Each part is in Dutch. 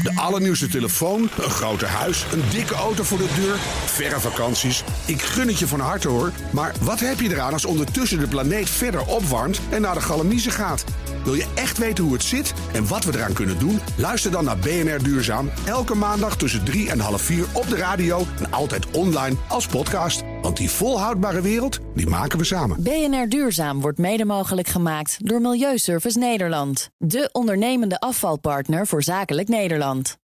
De allernieuwste telefoon, een groter huis, een dikke auto voor de deur, verre vakanties. Ik gun het je van harte hoor. Maar wat heb je eraan als ondertussen de planeet verder opwarmt en naar de galamiezen gaat? Wil je echt weten hoe het zit en wat we eraan kunnen doen? Luister dan naar BNR Duurzaam. Elke maandag tussen 3 en half 4 op de radio en altijd online als podcast. Want die volhoudbare wereld, die maken we samen. BNR Duurzaam wordt mede mogelijk gemaakt door Milieuservice Nederland. De ondernemende afvalpartner voor zakelijk Nederland.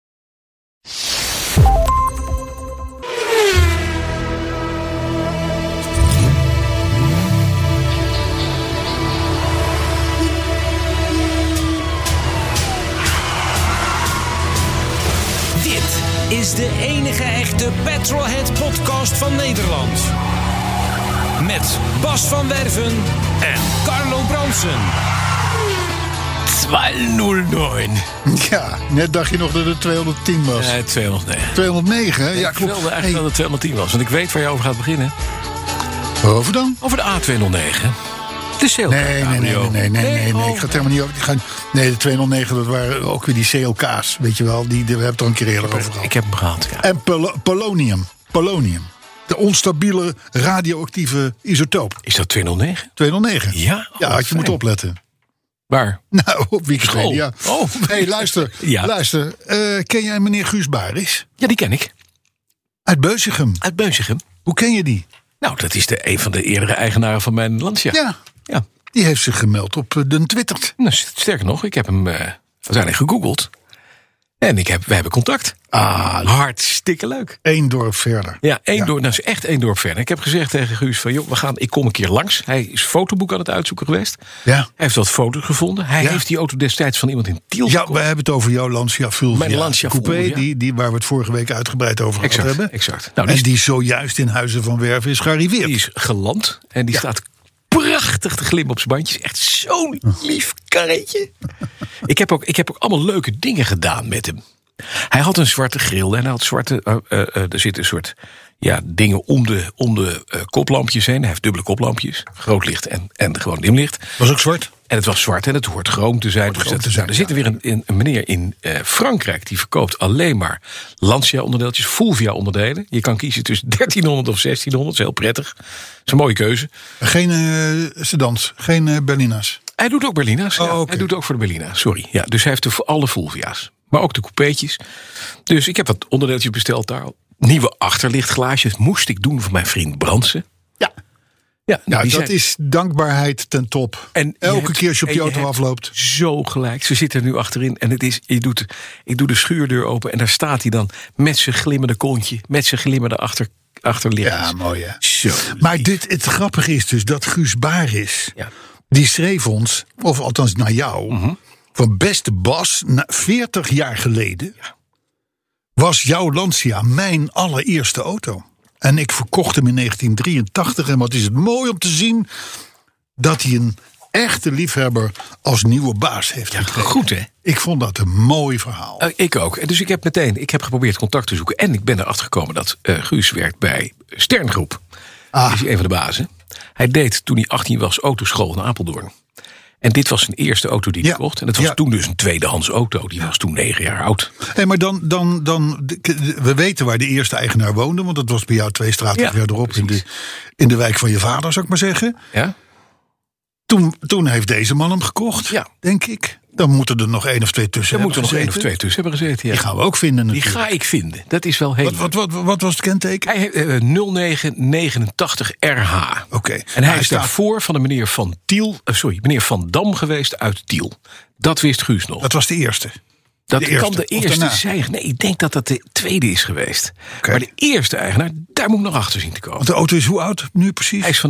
Dit is de enige echte Petrolhead-podcast van Nederland. Met Bas van Werven en Carlo Bronsen. 209. Ja, net dacht je nog dat het 210 was. Nee, 209. 209, hè? Ja, ik wilde eigenlijk dat het 210 was. Want ik weet waar je over gaat beginnen. Waarover dan? Over de A209. De Sailcar. Nee. Ik ga het helemaal niet over. Nee, de 209, dat waren ook weer die CLK's. Weet je wel, we hebben het er een keer eerder over gehad. Ik heb hem gehad, ja. En polonium. De onstabiele radioactieve isotoop. Is dat 209? 209. Ja? Ja, had je moeten opletten. Waar? Nou, op Wikipedia. Oh. Hey, luister. Ja. Luister. Ken jij meneer Guus Baris? Ja, die ken ik. Uit Beusichem. Uit Beusichem. Hoe ken je die? Nou, dat is een van de eerdere eigenaren van mijn Lancia. Ja. Die heeft zich gemeld op de Twitter. Nou, sterker nog, ik heb hem uiteindelijk gegoogeld. En we hebben contact. Hartstikke leuk. 1 dorp verder. Ja, dat is echt 1 dorp verder. Ik heb gezegd tegen Guus van, ik kom een keer langs. Hij is fotoboek aan het uitzoeken geweest. Ja. Hij heeft wat foto's gevonden. Hij heeft die auto destijds van iemand in Tiel gekocht. Ja, we hebben het over jouw Lancia Fulvia. Mijn Lancia Coupé, Fulvia. die waar we het vorige week uitgebreid over gehad hebben. Exact. Nou, die zojuist in Huizen van Werven is gearriveerd. Die is geland en die staat prachtig te glimmen op zijn bandjes. Echt zo'n lief karretje. Ik heb ook allemaal leuke dingen gedaan met hem. Hij had een zwarte grill en hij had zwarte. Er zitten een soort dingen om de koplampjes heen. Hij heeft dubbele koplampjes, groot licht en gewoon dimlicht. Was ook zwart? En het was zwart en het hoort chroom te zijn. Er zit weer een meneer in Frankrijk die verkoopt alleen maar Lancia-onderdeeltjes, Fulvia-onderdelen. Je kan kiezen tussen 1300 of 1600, dat is heel prettig. Dat is een mooie keuze. Geen sedans, geen Berlina's. Hij doet ook Berlina's. Okay. Hij doet ook voor de Berlina's, sorry. Ja, dus hij heeft alle Fulvia's. Maar ook de coupeetjes. Dus ik heb wat onderdeeltjes besteld daar. Nieuwe achterlichtglaasjes moest ik doen voor mijn vriend Brandsen. Ja, dat is dankbaarheid ten top. En elke keer als je op je auto afloopt. Zo gelijk. Ze zitten er nu achterin. En het is, ik doe de schuurdeur open. En daar staat hij dan met zijn glimmende kontje. Met zijn glimmende achterlicht. Ja, mooi hè. Zo. Maar het grappige is dus dat Guus Baris. Ja. Die schreef ons, of althans naar jou. Van beste Bas, 40 jaar geleden. Ja. Was jouw Lancia mijn allereerste auto. En ik verkocht hem in 1983. En wat is het mooi om te zien dat hij een echte liefhebber als nieuwe baas heeft gekregen. Goed hè? Ik vond dat een mooi verhaal. Ik ook. Dus ik heb geprobeerd contact te zoeken. En ik ben erachter gekomen dat Guus werkt bij Sterngroep. Is hij een van de bazen. Hij deed toen hij 18 was autoschool in Apeldoorn. En dit was zijn eerste auto die hij kocht. En het was toen dus een tweedehands auto. Die was toen 9 jaar oud. Hey, maar dan we weten waar de eerste eigenaar woonde. Want dat was bij jou 2 straten verderop. In de wijk van je vader, zou ik maar zeggen. Ja. Toen heeft deze man hem gekocht, denk ik. Dan moeten er nog 1 of 2 tussen hebben gezeten. Er moeten nog 1 of 2 tussen hebben gezeten, ja. Die gaan we ook vinden natuurlijk. Die ga ik vinden. Dat is wel heel Wat was het kenteken? Hij 0989 RH. Oké. En hij is daarvoor van de meneer Van meneer Van Dam geweest uit Tiel. Dat wist Guus nog. Dat was de eerste. Dat kan de eerste zijn. Nee, ik denk dat dat de tweede is geweest. Okay. Maar de eerste eigenaar, daar moet ik nog achter zien te komen. Want de auto is hoe oud nu precies? Hij is van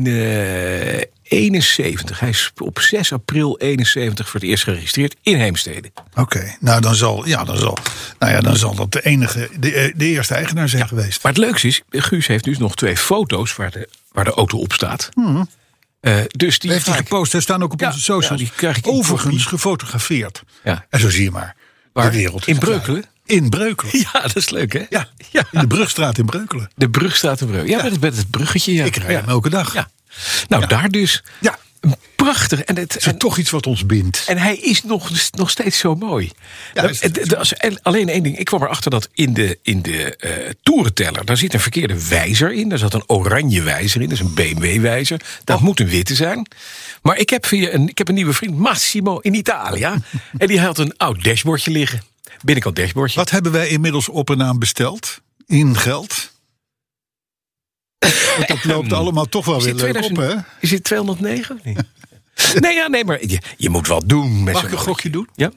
1971. Hij is op 6 april 71 voor het eerst geregistreerd in Heemstede. Oké, nou dan zal dat de eerste eigenaar zijn geweest. Maar het leukste is, Guus heeft dus nog 2 foto's waar de auto op staat. Dus die heeft hij gepost. Hij staan ook op onze socials. Die krijg ik overigens gefotografeerd. Ja. En zo zie je maar. Waar? De wereld. In Breukelen? In Breukelen. Ja, dat is leuk, hè? Ja. In de Brugstraat in Breukelen. De Brugstraat in Breukelen. Ja, met het bruggetje. Ja. Ik rijd hem elke dag. Ja. Nou, daar dus. Ja. Prachtig. En Het is toch iets wat ons bindt. En hij is nog steeds zo mooi. Ja, Alleen één ding. Ik kwam erachter dat in de toerenteller... daar zit een verkeerde wijzer in. Daar zat een oranje wijzer in. Dat is een BMW-wijzer. Dat moet een witte zijn. Maar ik heb een nieuwe vriend, Massimo, in Italië. En die had een oud dashboardje liggen. Binnenkant dashboardje. Wat hebben wij inmiddels op en aan besteld? In geld? Want dat loopt allemaal toch wel weer leuk op, hè? Is dit 209 of niet? Nee, maar je moet wat doen. Met Mag ik een gokje doen? Ja.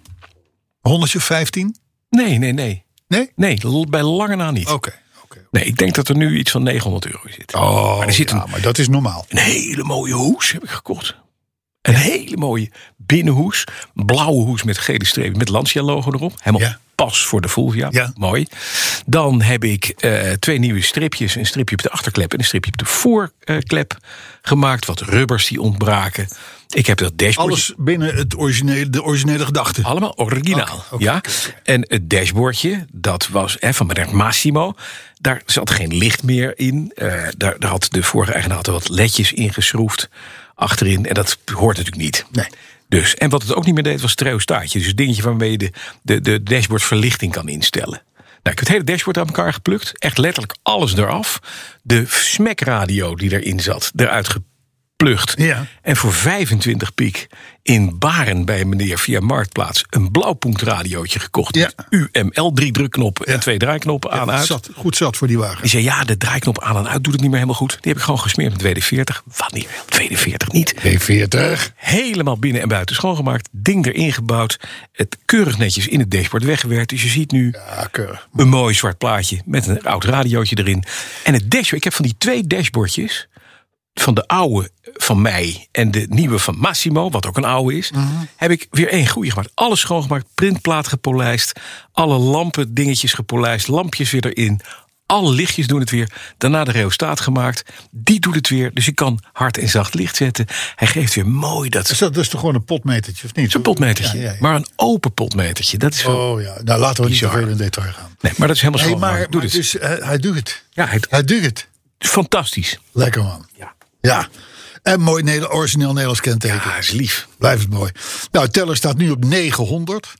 115? Nee. Nee? Nee, bij lange na niet. Oké. Nee, ik denk dat er nu iets van €900 in zit. Oh, maar er zit maar dat is normaal. een hele mooie hoes, heb ik gekocht. Een hele mooie binnenhoes. Blauwe hoes met gele strepen, met Lancia-logo erop. Helemaal pas voor de Fulvia. Ja. Mooi. Dan heb ik 2 nieuwe stripjes. Een stripje op de achterklep en een stripje op de voorklep gemaakt. Wat rubbers die ontbraken. Ik heb dat dashboard. Alles binnen de originele gedachte. Allemaal originaal. Oké. Ja. En het dashboardje, dat was van meneer Massimo. Daar zat geen licht meer in. Daar had de vorige eigenaar wat ledjes ingeschroefd achterin. En dat hoort natuurlijk niet. Nee. Dus, en wat het ook niet meer deed, was het rheostaatje. Dus het dingetje waarmee je de dashboardverlichting kan instellen. Nou, ik heb het hele dashboard aan elkaar geplukt. Echt letterlijk alles eraf. De smackradio die erin zat, eruit geplucht. Ja. En voor 25 piek in Baren bij meneer via Marktplaats een blauwpuntradiootje gekocht. Ja. Met UML, 3 drukknoppen en 2 draaiknoppen aan en uit. Goed zat voor die wagen. Die zei, de draaiknop aan en uit doet het niet meer helemaal goed. Die heb ik gewoon gesmeerd met WD-40. Wanneer? WD-40 niet. W40. Helemaal binnen en buiten schoongemaakt. Ding erin gebouwd. Het keurig netjes in het dashboard weggewerkt. Dus je ziet nu een mooi zwart plaatje met een oud radiootje erin. En het dashboard, ik heb van die 2 dashboardjes, van de oude van mij en de nieuwe van Massimo, wat ook een oude is, heb ik weer 1 goeie gemaakt. Alles schoongemaakt, printplaat gepolijst, alle lampen dingetjes gepolijst, lampjes weer erin, alle lichtjes doen het weer. Daarna de rheostaat gemaakt, die doet het weer. Dus ik kan hard en zacht licht zetten. Hij geeft weer mooi dat. Is dat dus toch gewoon een potmetertje of niet? Zo'n potmetertje, Ja. maar een open potmetertje. Dat is wel. Oh ja, nou laten we niet te bizar veel in detail gaan. Nee, maar dat is helemaal schoon. Maar Doe dit. dus, hij doet het. Ja, Hij doet het. fantastisch. Lekker man. Ja. En mooi origineel Nederlands kenteken. Ja, is lief. Blijft het mooi. Nou, teller staat nu op 900.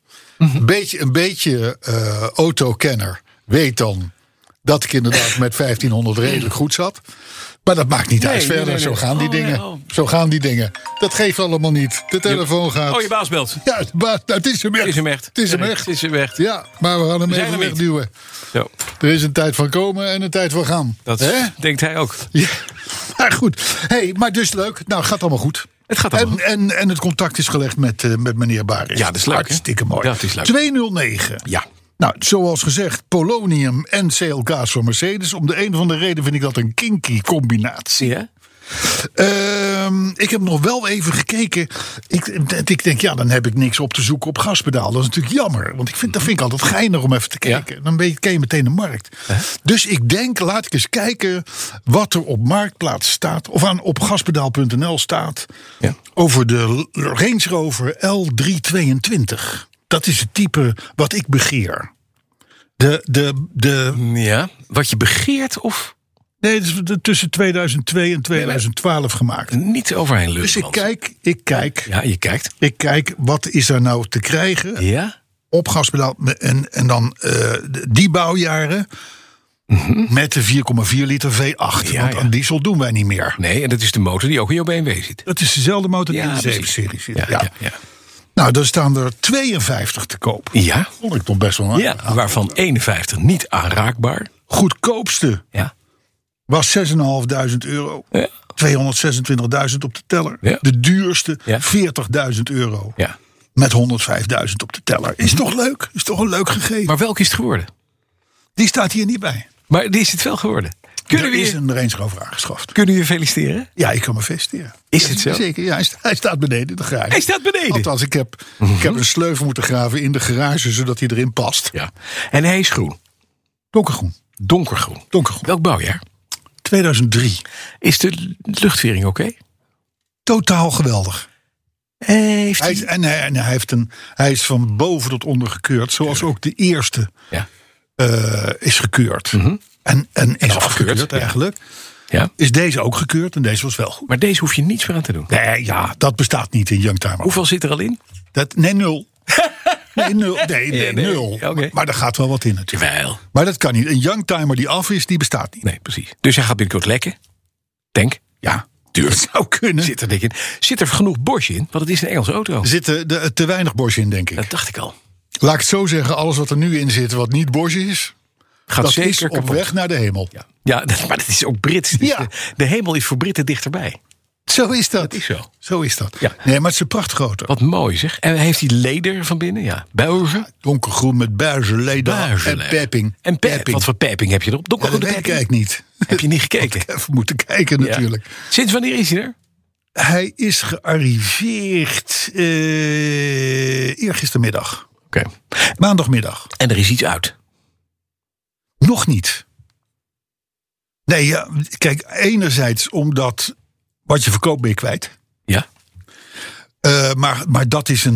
Een beetje autokenner weet dan dat ik inderdaad met 1500 redelijk goed zat. Maar dat maakt niet uit verder. Nee. Zo gaan die dingen. Oh. Zo gaan die dingen. Dat geeft allemaal niet. De telefoon gaat. Oh, je baas belt. Ja, het is hem echt. Het is hem echt. Het is hem Nee, echt. het is hem echt. Ja, maar we gaan hem even wegduwen. Zo. Er is een tijd van komen en een tijd van gaan. Dat denkt hij ook. Ja, maar goed. Maar dus leuk. Nou, het gaat allemaal goed. Het gaat allemaal goed. En het contact is gelegd met meneer Baris. Ja, dat is leuk. Hartstikke mooi. Dat is leuk. 209. Ja. Nou, zoals gezegd, polonium en CLK's van Mercedes. Om de een of andere reden vind ik dat een kinky combinatie. Ja? Ik heb nog wel even gekeken. Ik denk, dan heb ik niks op te zoeken op gaspedaal. Dat is natuurlijk jammer. Want dat vind ik altijd geinig om even te kijken. Dan ken je meteen de markt. Dus ik denk, laat ik eens kijken wat er op Marktplaats staat. Of op gaspedaal.nl staat. Ja. Over de Range Rover L322. Dat is het type wat ik begeer. Ja, wat je begeert of? Nee, het is tussen 2002 en 2012 gemaakt. Niet overheen lucht. Dus ik kijk. Ja, je kijkt. Ik kijk, wat is er nou te krijgen? Ja. Op gaspedaal en dan die bouwjaren met de 4,4 liter V8. Ja, want aan diesel doen wij niet meer. Nee, en dat is de motor die ook in jouw BMW zit. Dat is dezelfde motor die in de 7-serie zit. Ja. Nou, dan staan er 52 te koop. Ja. Vond ik toch best wel aan. Ja, waarvan 51 niet aanraakbaar. Goedkoopste was €6.500. Ja. 226.000 op de teller. Ja. De duurste Ja. €40.000. Ja. Met 105.000 op de teller. Is toch leuk? Is toch een leuk gegeven? Maar welke is het geworden? Die staat hier niet bij. Maar die is het wel geworden. Er is een Range Rover aangeschaft. Kunnen we je feliciteren? Ja, ik kan me feliciteren. Is het zo? Zeker, ja. Hij staat beneden in de garage. Hij staat beneden? Althans, ik heb een sleuvel moeten graven in de garage, zodat hij erin past. Ja. En hij is groen. Donkergroen. Donkergroen. Donkergroen. Welk bouwjaar? 2003. Is de luchtvering oké? Totaal geweldig. Heeft Hij is van boven tot onder gekeurd. Zoals ook de eerste is gekeurd. En is afgekeurd eigenlijk. is deze ook gekeurd. En deze was wel goed. Maar deze hoef je niets meer aan te doen. Nee, dat bestaat niet in Youngtimer. Hoeveel zit er al in? Nee, 0. Nee, 0. Nee, 0. Okay. Maar er gaat wel wat in natuurlijk. Jawel. Maar dat kan niet. Een Youngtimer die af is, die bestaat niet. Nee, precies. Dus hij gaat binnenkort lekken. Denk. Ja, tuurlijk. dat zou kunnen. Zit er dik in. Zit er genoeg Bosch in? Want het is een Engelse auto. Er zit te weinig Bosch in, denk ik. Dat dacht ik al. Laat ik het zo zeggen, alles wat er nu in zit, wat niet Bosch is, Gaat dat zeker is op kapot. weg naar de hemel. Ja, maar dat is ook Brits. Dus Ja. de hemel is voor Britten dichterbij. Zo is dat. Dat is zo. Zo is dat. Ja. Nee, maar het is een prachtige auto. Wat mooi zeg. En heeft hij leder van binnen? Ja. Buizen. Donkergroen met buizenleder en pepping. En wat voor pepping heb je erop? Ja, dat weet ik eigenlijk niet. Heb je niet gekeken? Even moeten kijken natuurlijk. Ja. Sinds wanneer is hij er? Hij is gearriveerd eergistermiddag. Oké. Maandagmiddag. En er is iets uit. Nog niet. Nee, ja, kijk, enerzijds omdat wat je verkoopt ben je kwijt. Ja. Maar dat is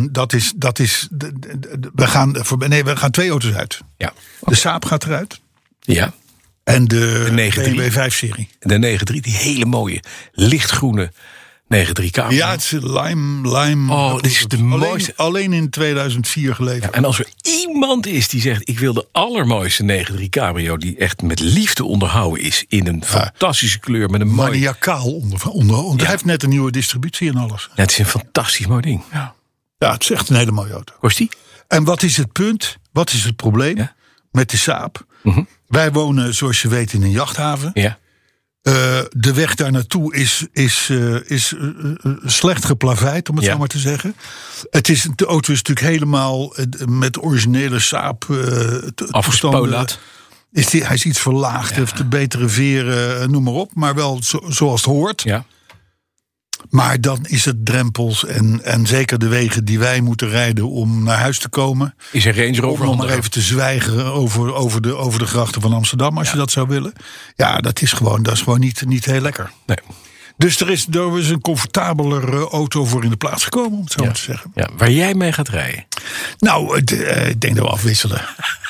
we gaan 2 auto's uit. Ja. De Saab gaat eruit. Ja. En de 9-3. BMW 5-serie. De 9-3, die hele mooie lichtgroene 9-3 Cabrio. Ja, het is lime. Oh, dit is de mooiste. Alleen in 2004 geleverd. Ja, en als er iemand is die zegt, ik wil de allermooiste 9-3 Cabrio die echt met liefde onderhouden is in een fantastische kleur met een mooi. Maniacaal onder. Hij heeft net een nieuwe distributie en alles. Ja, het is een fantastisch mooi ding. Ja, het is echt een hele mooie auto. Kost die? En wat is het punt? Wat is het probleem met de Saab? Wij wonen, zoals je weet, in een jachthaven. Ja. De weg daar naartoe is slecht geplaveid, om het zo maar te zeggen. De auto is natuurlijk helemaal met originele Saab afgespoeld. Hij is iets verlaagd, heeft de betere veren, noem maar op. Maar wel zoals het hoort. Ja. Maar dan is het drempels en zeker de wegen die wij moeten rijden om naar huis te komen. Is een Range Rover om maar even te zwijgen over de grachten van Amsterdam, als je dat zou willen. Ja, dat is gewoon niet heel lekker. Nee. Dus er is een comfortabelere auto voor in de plaats gekomen, om het zo maar te zeggen. Ja, waar jij mee gaat rijden? Nou, ik denk dat we afwisselen.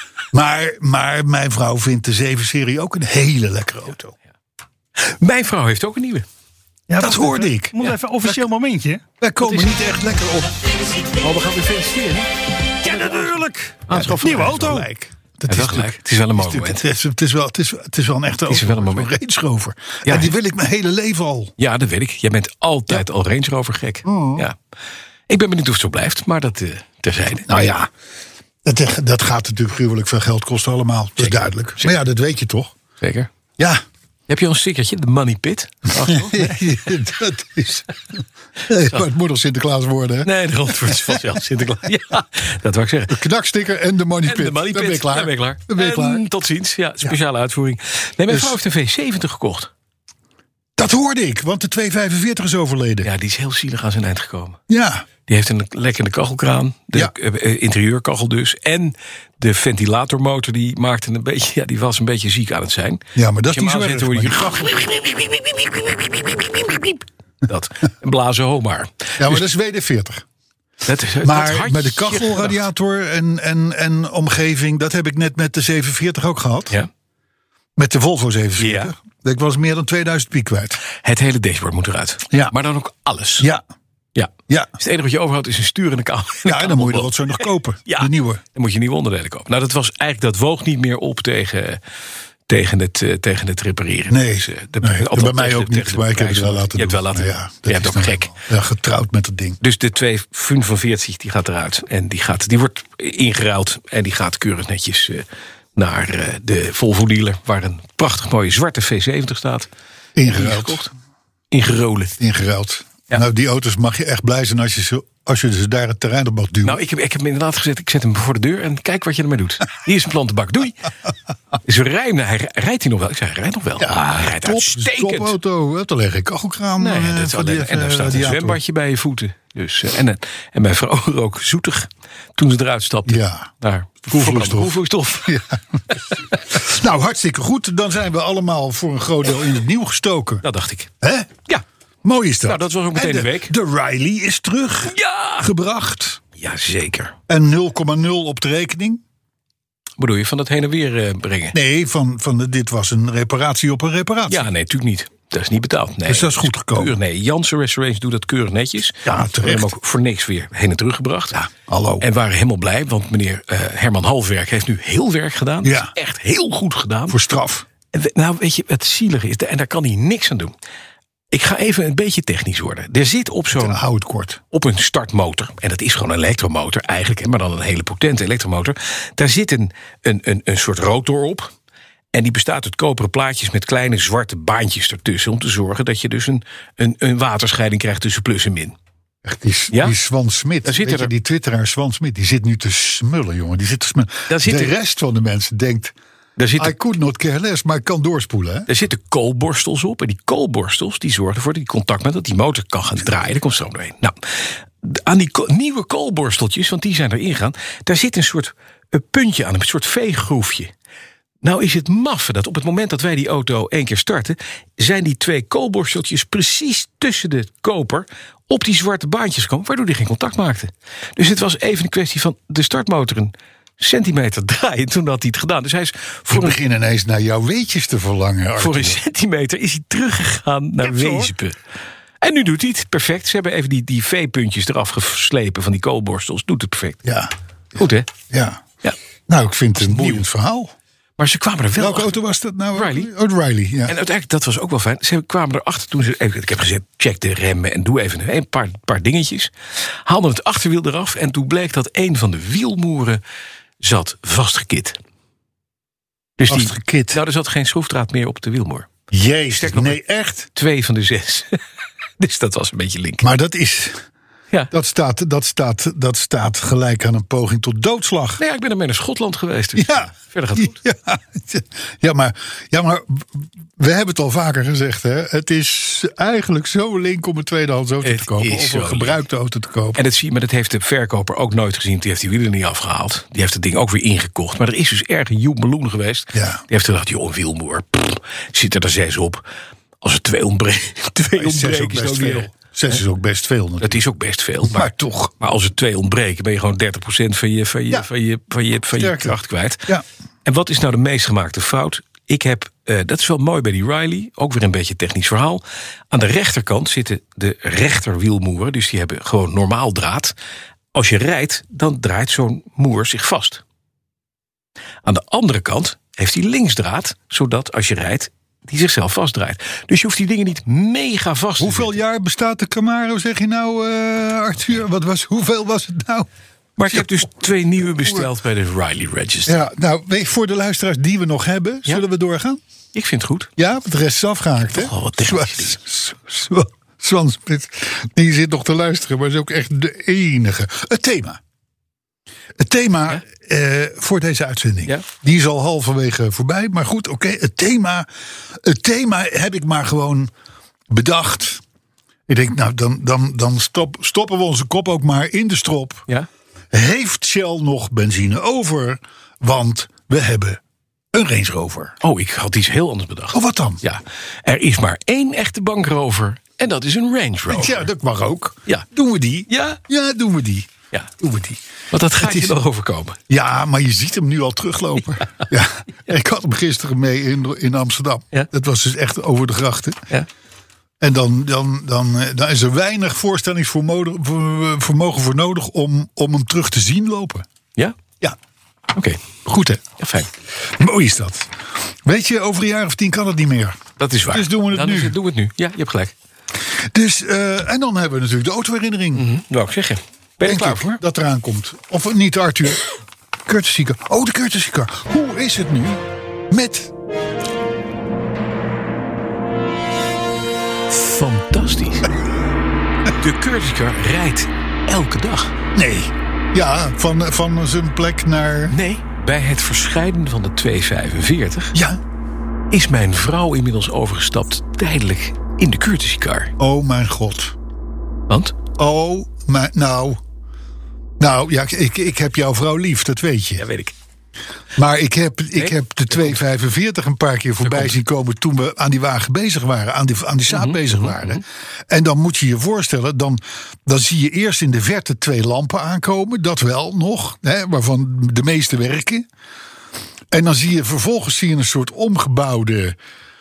Maar mijn vrouw vindt de 7-serie ook een hele lekkere auto. Mijn vrouw heeft ook een nieuwe. Ja, dat hoorde ik. Moet even een officieel momentje. Wij komen niet echt lekker op. Oh, we gaan weer feliciteren. Ja, natuurlijk. Aanschaf Nieuwe auto. Dat is gelijk. Het is wel een mooi moment. Het is wel een echte auto. Het is wel een moment. Range Rover. Ja, en die wil ik mijn hele leven al. Ja, dat weet ik. Jij bent altijd al Range Rover gek. Ja. Ik ben benieuwd of het zo blijft, maar dat terzijde. Nou ja, dat gaat natuurlijk gruwelijk veel geld kosten allemaal. Dat is duidelijk. Maar ja, dat weet je toch? Zeker. Ja. Heb je al een stickertje? De Money Pit? Dat is... Nee, maar het moet nog Sinterklaas worden, hè? Nee, de rond wordt vanzelf Sinterklaas. Ja, dat wou ik zeggen. De knaksticker en de Money Pit. En de Money Pit. Dan ben je klaar. Dan ben je klaar. Tot ziens. Ja, speciale uitvoering. Nee, mijn vrouw heeft een V70 gekocht. Dat hoorde ik, want de 245 is overleden. Ja, die is heel zielig aan zijn eind gekomen. Ja. Die heeft een lekkende kachelkraan. De interieurkachel dus. En de ventilatormotor die maakte een beetje... Ja, die was een beetje ziek aan het zijn. Ja, maar dat is niet zo erg. Dat. Een blazen homaar. Ja, maar dat is WD-40. Maar met de kachelradiator en omgeving... dat heb ik net met de 740 ook gehad. Ja. Met de Volvo 740. Ja. Ik was meer dan 2000 piek kwijt. Het hele dashboard moet eruit. Ja. Maar dan ook alles. Ja. Ja. Ja. Dus het enige wat je overhoudt is een stuur en een kabel. Ja, en dan moet je dat zo nog kopen. Ja. De nieuwe. Dan moet je nieuwe onderdelen kopen. Nou, dat woog niet meer op tegen het repareren. Nee, dus, bij mij ook niet. Maar ik heb het wel laten doen. Je hebt wel laten doen. Ja, je hebt ook gek. Ja, getrouwd met het ding. Dus de 245 die gaat eruit. En die wordt ingeruild. En die gaat keurig netjes naar de Volvo dealer. Waar een prachtig mooie zwarte V70 staat. Ingeruild. Ingeruild. Ja. Nou, die auto's mag je echt blij zijn als je ze daar het terrein op mag duwen. Nou, ik heb hem inderdaad gezet. Ik zet hem voor de deur en kijk wat je ermee doet. Hier is een plantenbak. Doei. Dus rijdt hij nog wel? Ik zei, hij rijdt nog wel. Ja, hij rijdt uitstekend. Topauto. Dan leg ik kachelkraan. En daar staat een zwembadje bij je voeten. Dus, en mijn vrouw rook zoetig toen ze eruit stapte. Ja. Naar koelvloeistof. Ja. Nou, hartstikke goed. Dan zijn we allemaal voor een groot deel in het nieuw gestoken. Dat dacht ik. Hè? Ja. Mooi is dat. Nou, dat was ook meteen de week. De Riley is teruggebracht. Ja, zeker. En 0,0 op de rekening. Bedoel je van dat heen en weer brengen? Nee, dit was een reparatie op een reparatie. Ja, nee, natuurlijk niet. Dat is niet betaald. Nee, dus dat is goed gekomen. Nee, Janssen Restoration doet dat keurig netjes. Ja, We hebben terecht. hem ook voor niks weer heen en terug gebracht. Ja, hallo. En waren helemaal blij, want meneer Herman Halfwerk heeft nu heel werk gedaan. Ja. Dat is echt heel goed gedaan. Voor straf. En nou, weet je, het zielige is, en daar kan hij niks aan doen. Ik ga even een beetje technisch worden. Er zit Hou het kort. op een startmotor, en dat is gewoon een elektromotor eigenlijk, maar dan een hele potente elektromotor. Daar zit een soort rotor op. En die bestaat uit koperen plaatjes met kleine zwarte baantjes ertussen, om te zorgen dat je dus een waterscheiding krijgt tussen plus en min. Echt, die Swan Smit, die twitteraar Swan Smit, die zit nu te smullen, jongen. Die zit te smullen. De rest van de mensen denkt, I could not care less, maar ik kan doorspoelen. Hè? Er zitten koolborstels op. En die koolborstels die zorgen ervoor dat die contact met dat die motor kan gaan draaien. Daar komt stroom doorheen. Nou, aan die nieuwe koolborsteltjes, want die zijn erin gegaan, daar zit een puntje aan, een soort veeggroefje. Nou is het maffe dat op het moment dat wij die auto 1 keer starten, zijn die 2 koolborsteltjes precies tussen de koper op die zwarte baantjes gekomen, waardoor die geen contact maakte. Dus het was even een kwestie van de startmotor een centimeter draaien. Toen had hij het gedaan. Dus hij is Ik begin ineens naar jouw weetjes te verlangen, Arthur. Voor een centimeter is hij teruggegaan naar Weespen. En nu doet hij het perfect. Ze hebben even die V-puntjes eraf geslepen van die koolborstels. Doet het perfect. Ja. Goed, hè? Ja. Ja. Nou, ik vind het een boeiend verhaal. Maar ze kwamen er wel Welke achter. auto was dat nou? Riley. Riley, ja. En uiteindelijk, dat was ook wel fijn. Ze kwamen erachter toen ze... Ik heb gezegd, check de remmen en doe even een paar dingetjes. Haalden het achterwiel eraf. En toen bleek dat een van de wielmoeren zat vastgekit. Dus Vastgekit? Nou, er zat geen schroefdraad meer op de wielmoer. Jezus, nee, echt? 2 van de 6. Dus dat was een beetje link. Maar dat is... Ja. Dat staat gelijk aan een poging tot doodslag. Nee, ik ben ermee naar Schotland geweest. Dus Ja. verder gaat het goed. Ja, maar we hebben het al vaker gezegd. Hè? Het is eigenlijk zo link om een tweedehands auto te kopen. Of een gebruikte auto te kopen. Maar dat heeft de verkoper ook nooit gezien. Die heeft die wielen niet afgehaald. Die heeft het ding ook weer ingekocht. Maar er is dus erg een meloen geweest. Ja. Die heeft gedacht, joh, een wielmoer. Zit er 6 op. Als er 2 ontbreken. 2 ontbreken is ook niet veel. 6 is ook best veel natuurlijk. Dat is ook best veel. Maar toch. Maar als er 2 ontbreken, ben je gewoon 30% van je kracht kwijt. Ja. En wat is nou de meest gemaakte fout? Ik heb, dat is wel mooi bij die Riley, ook weer een beetje technisch verhaal. Aan de rechterkant zitten de rechterwielmoeren, dus die hebben gewoon normaal draad. Als je rijdt, dan draait zo'n moer zich vast. Aan de andere kant heeft hij linksdraad, zodat als je rijdt, die zichzelf vastdraait. Dus je hoeft die dingen niet mega vast te Hoeveel zetten. jaar bestaat de Camaro, zeg je nou, Arthur? Hoeveel was het nou? Maar ik heb dus 2 nieuwe besteld bij de Riley Register. Ja, nou, voor de luisteraars die we nog hebben, zullen we doorgaan? Ik vind het goed. Ja, want de rest is afgehaakt, hè? Oh, wat technisch. Swan Smit, die zit nog te luisteren, maar is ook echt de enige. Het thema voor deze uitzending, Ja? die is al halverwege voorbij. Maar goed, oké, het thema heb ik maar gewoon bedacht. Ik denk, nou, dan stoppen we onze kop ook maar in de strop. Ja? Heeft Shell nog benzine over? Want we hebben een Range Rover. Oh, ik had iets heel anders bedacht. Oh, wat dan? Ja, er is maar 1 echte bankrover. En dat is een Range Rover. Ja, dat mag ook. Ja. Doen we die? Ja? Ja, doen we die. Ja. Doen we die. Want dat gaat Het je is- nog overkomen. Ja, maar je ziet hem nu al teruglopen. Ja. Ik had hem gisteren mee in Amsterdam. Ja. Dat was dus echt over de grachten. Ja. En dan is er weinig voorstellingsvermogen voor nodig om hem terug te zien lopen. Ja? Ja, Oké. goed hè. Ja, fijn. Mooi is dat. Weet je, over een jaar of 10 kan het niet meer. Dat is waar. Dus doen we het Dan nu. Doen we het nu. Ja, je hebt gelijk. Dus, en dan hebben we natuurlijk de autoherinnering. Nou, ik zeggen. Ben je er klaar Denk voor? ik dat eraan komt. Of niet, Arthur? Courtesy car. Oh, de courtesy car. Hoe is het nu met... Fantastisch. De Courtesy Car rijdt elke dag. Nee. Ja, van zijn plek naar... Nee, bij het verschijnen van de 245 Ja. is mijn vrouw inmiddels overgestapt tijdelijk in de Courtesy Car. Oh, mijn god. Want? Oh, mijn... Nou, ja, ik heb jouw vrouw lief, dat weet je. Ja, weet ik. Maar ik heb de 245 een paar keer voorbij zien komen toen we aan die wagen bezig waren, aan die Saab bezig waren. En dan moet je je voorstellen, dan zie je eerst in de verte 2 lampen aankomen, dat wel nog, hè, waarvan de meeste werken. En dan zie je vervolgens een soort omgebouwde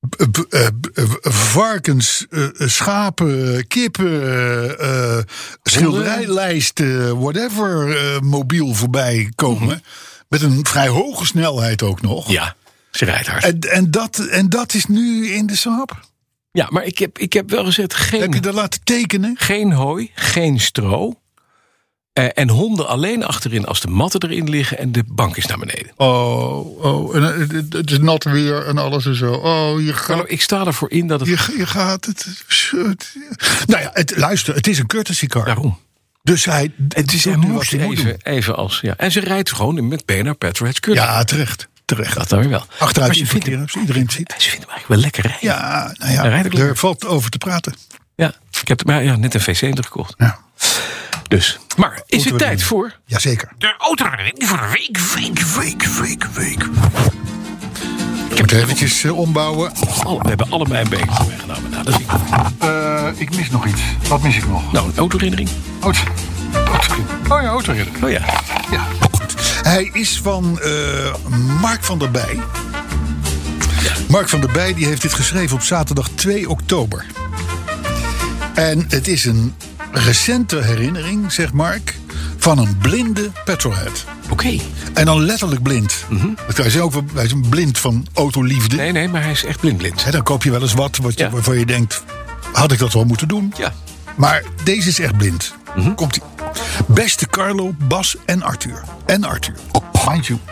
varkens, schapen, kippen, schilderijlijsten, whatever, mobiel voorbij komen. Met een vrij hoge snelheid ook nog. Ja, ze rijdt hard. En dat is nu in de Saab? Ja, maar ik heb wel gezegd... Heb je dat laten tekenen? Geen hooi, geen stro. En honden alleen achterin als de matten erin liggen en de bank is naar beneden. Oh, en het is nat weer en alles en zo. Oh, je gaat... Ik sta ervoor in dat het... Je gaat het... Nou ja, luister, het is een courtesy car. Daarom. Dus hij moest even als... Ja. En ze rijdt gewoon met BNR Petrolheads courtesy. Ja, terecht. Dat dan weer wel. Achteruit investeren, als iedereen het ziet. Ze vindt hem eigenlijk wel lekker rijden. Ja, nou ja, er valt over te praten. Ja, ik heb net een V70 gekocht. Ja. Dus. Maar is het tijd voor... Jazeker. De autoherinnering voor de week. Ik moet eventjes ombouwen. We hebben allebei een beetje meegenomen. Nou, dat zie ik. Ik mis nog iets. Wat mis ik nog? Nou, een autoherinnering. Oh ja, autoherinnering. Oh ja. Ja, goed. Hij is van Mark van der Bij. Ja. Mark van der Bij die heeft dit geschreven op zaterdag 2 oktober. En het is een recente herinnering, zegt Mark, van een blinde petrolhead. Oké. En dan letterlijk blind. Hij is een blind van autoliefde. Nee, maar hij is echt blind. Dan koop je wel eens waarvan je denkt, had ik dat wel moeten doen? Ja. Maar deze is echt blind. Komt-ie. Beste Carlo, Bas en Arthur. Mind you.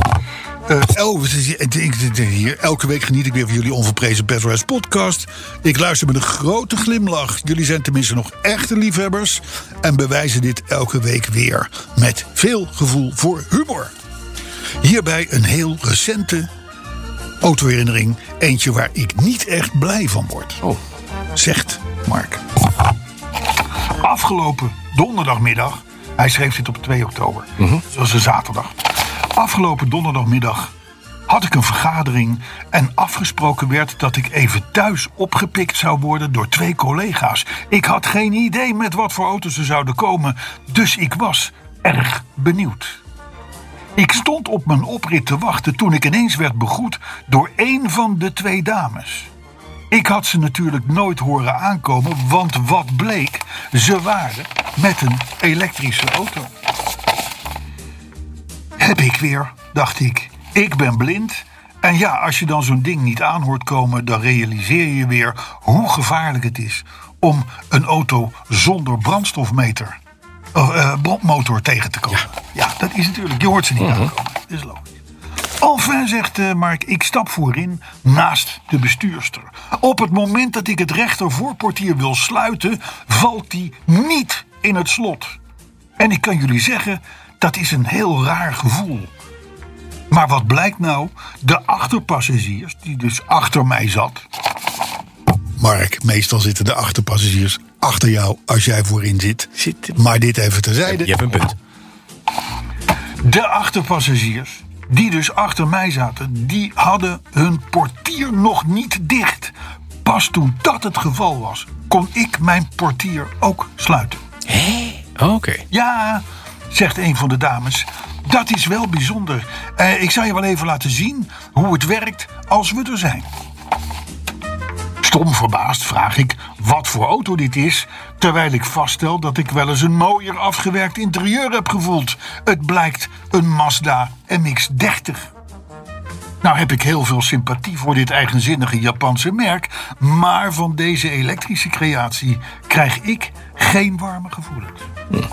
Elke week geniet ik weer van jullie onverprezen Petrolheads podcast. Ik luister met een grote glimlach. Jullie zijn tenminste nog echte liefhebbers en bewijzen dit elke week weer met veel gevoel voor humor. Hierbij een heel recente autoherinnering. Eentje waar ik niet echt blij van word. Zegt Mark. Afgelopen donderdagmiddag, hij schreef dit op 2 oktober, dat was een zaterdag. Afgelopen donderdagmiddag had ik een vergadering en afgesproken werd dat ik even thuis opgepikt zou worden door 2 collega's. Ik had geen idee met wat voor auto's er zouden komen, dus ik was erg benieuwd. Ik stond op mijn oprit te wachten toen ik ineens werd begroet door een van de 2 dames. Ik had ze natuurlijk nooit horen aankomen, want wat bleek, ze waren met een elektrische auto. Heb ik weer, dacht ik. Ik ben blind. En ja, als je dan zo'n ding niet aan hoort komen, dan realiseer je weer hoe gevaarlijk het is om een auto zonder brandmotor tegen te komen. Ja, dat is natuurlijk, je hoort ze niet aankomen. Dat is logisch. Enfin, zegt Mark, ik stap voorin naast de bestuurster. Op het moment dat ik het rechtervoorportier wil sluiten, valt die niet in het slot. En ik kan jullie zeggen, dat is een heel raar gevoel. Maar wat blijkt nou? De achterpassagiers, die dus achter mij zat. Mark, meestal zitten de achterpassagiers achter jou als jij voorin zit. Maar dit even terzijde. Je hebt een punt. De achterpassagiers, die dus achter mij zaten, die hadden hun portier nog niet dicht. Pas toen dat het geval was, kon ik mijn portier ook sluiten. Hé? Oké. Ja, zegt een van de dames. Dat is wel bijzonder. Ik zal je wel even laten zien hoe het werkt als we er zijn. Stom verbaasd vraag ik wat voor auto dit is, terwijl ik vaststel dat ik wel eens een mooier afgewerkt interieur heb gevoeld. Het blijkt een Mazda MX-30. Nou heb ik heel veel sympathie voor dit eigenzinnige Japanse merk, maar van deze elektrische creatie krijg ik geen warme gevoelens.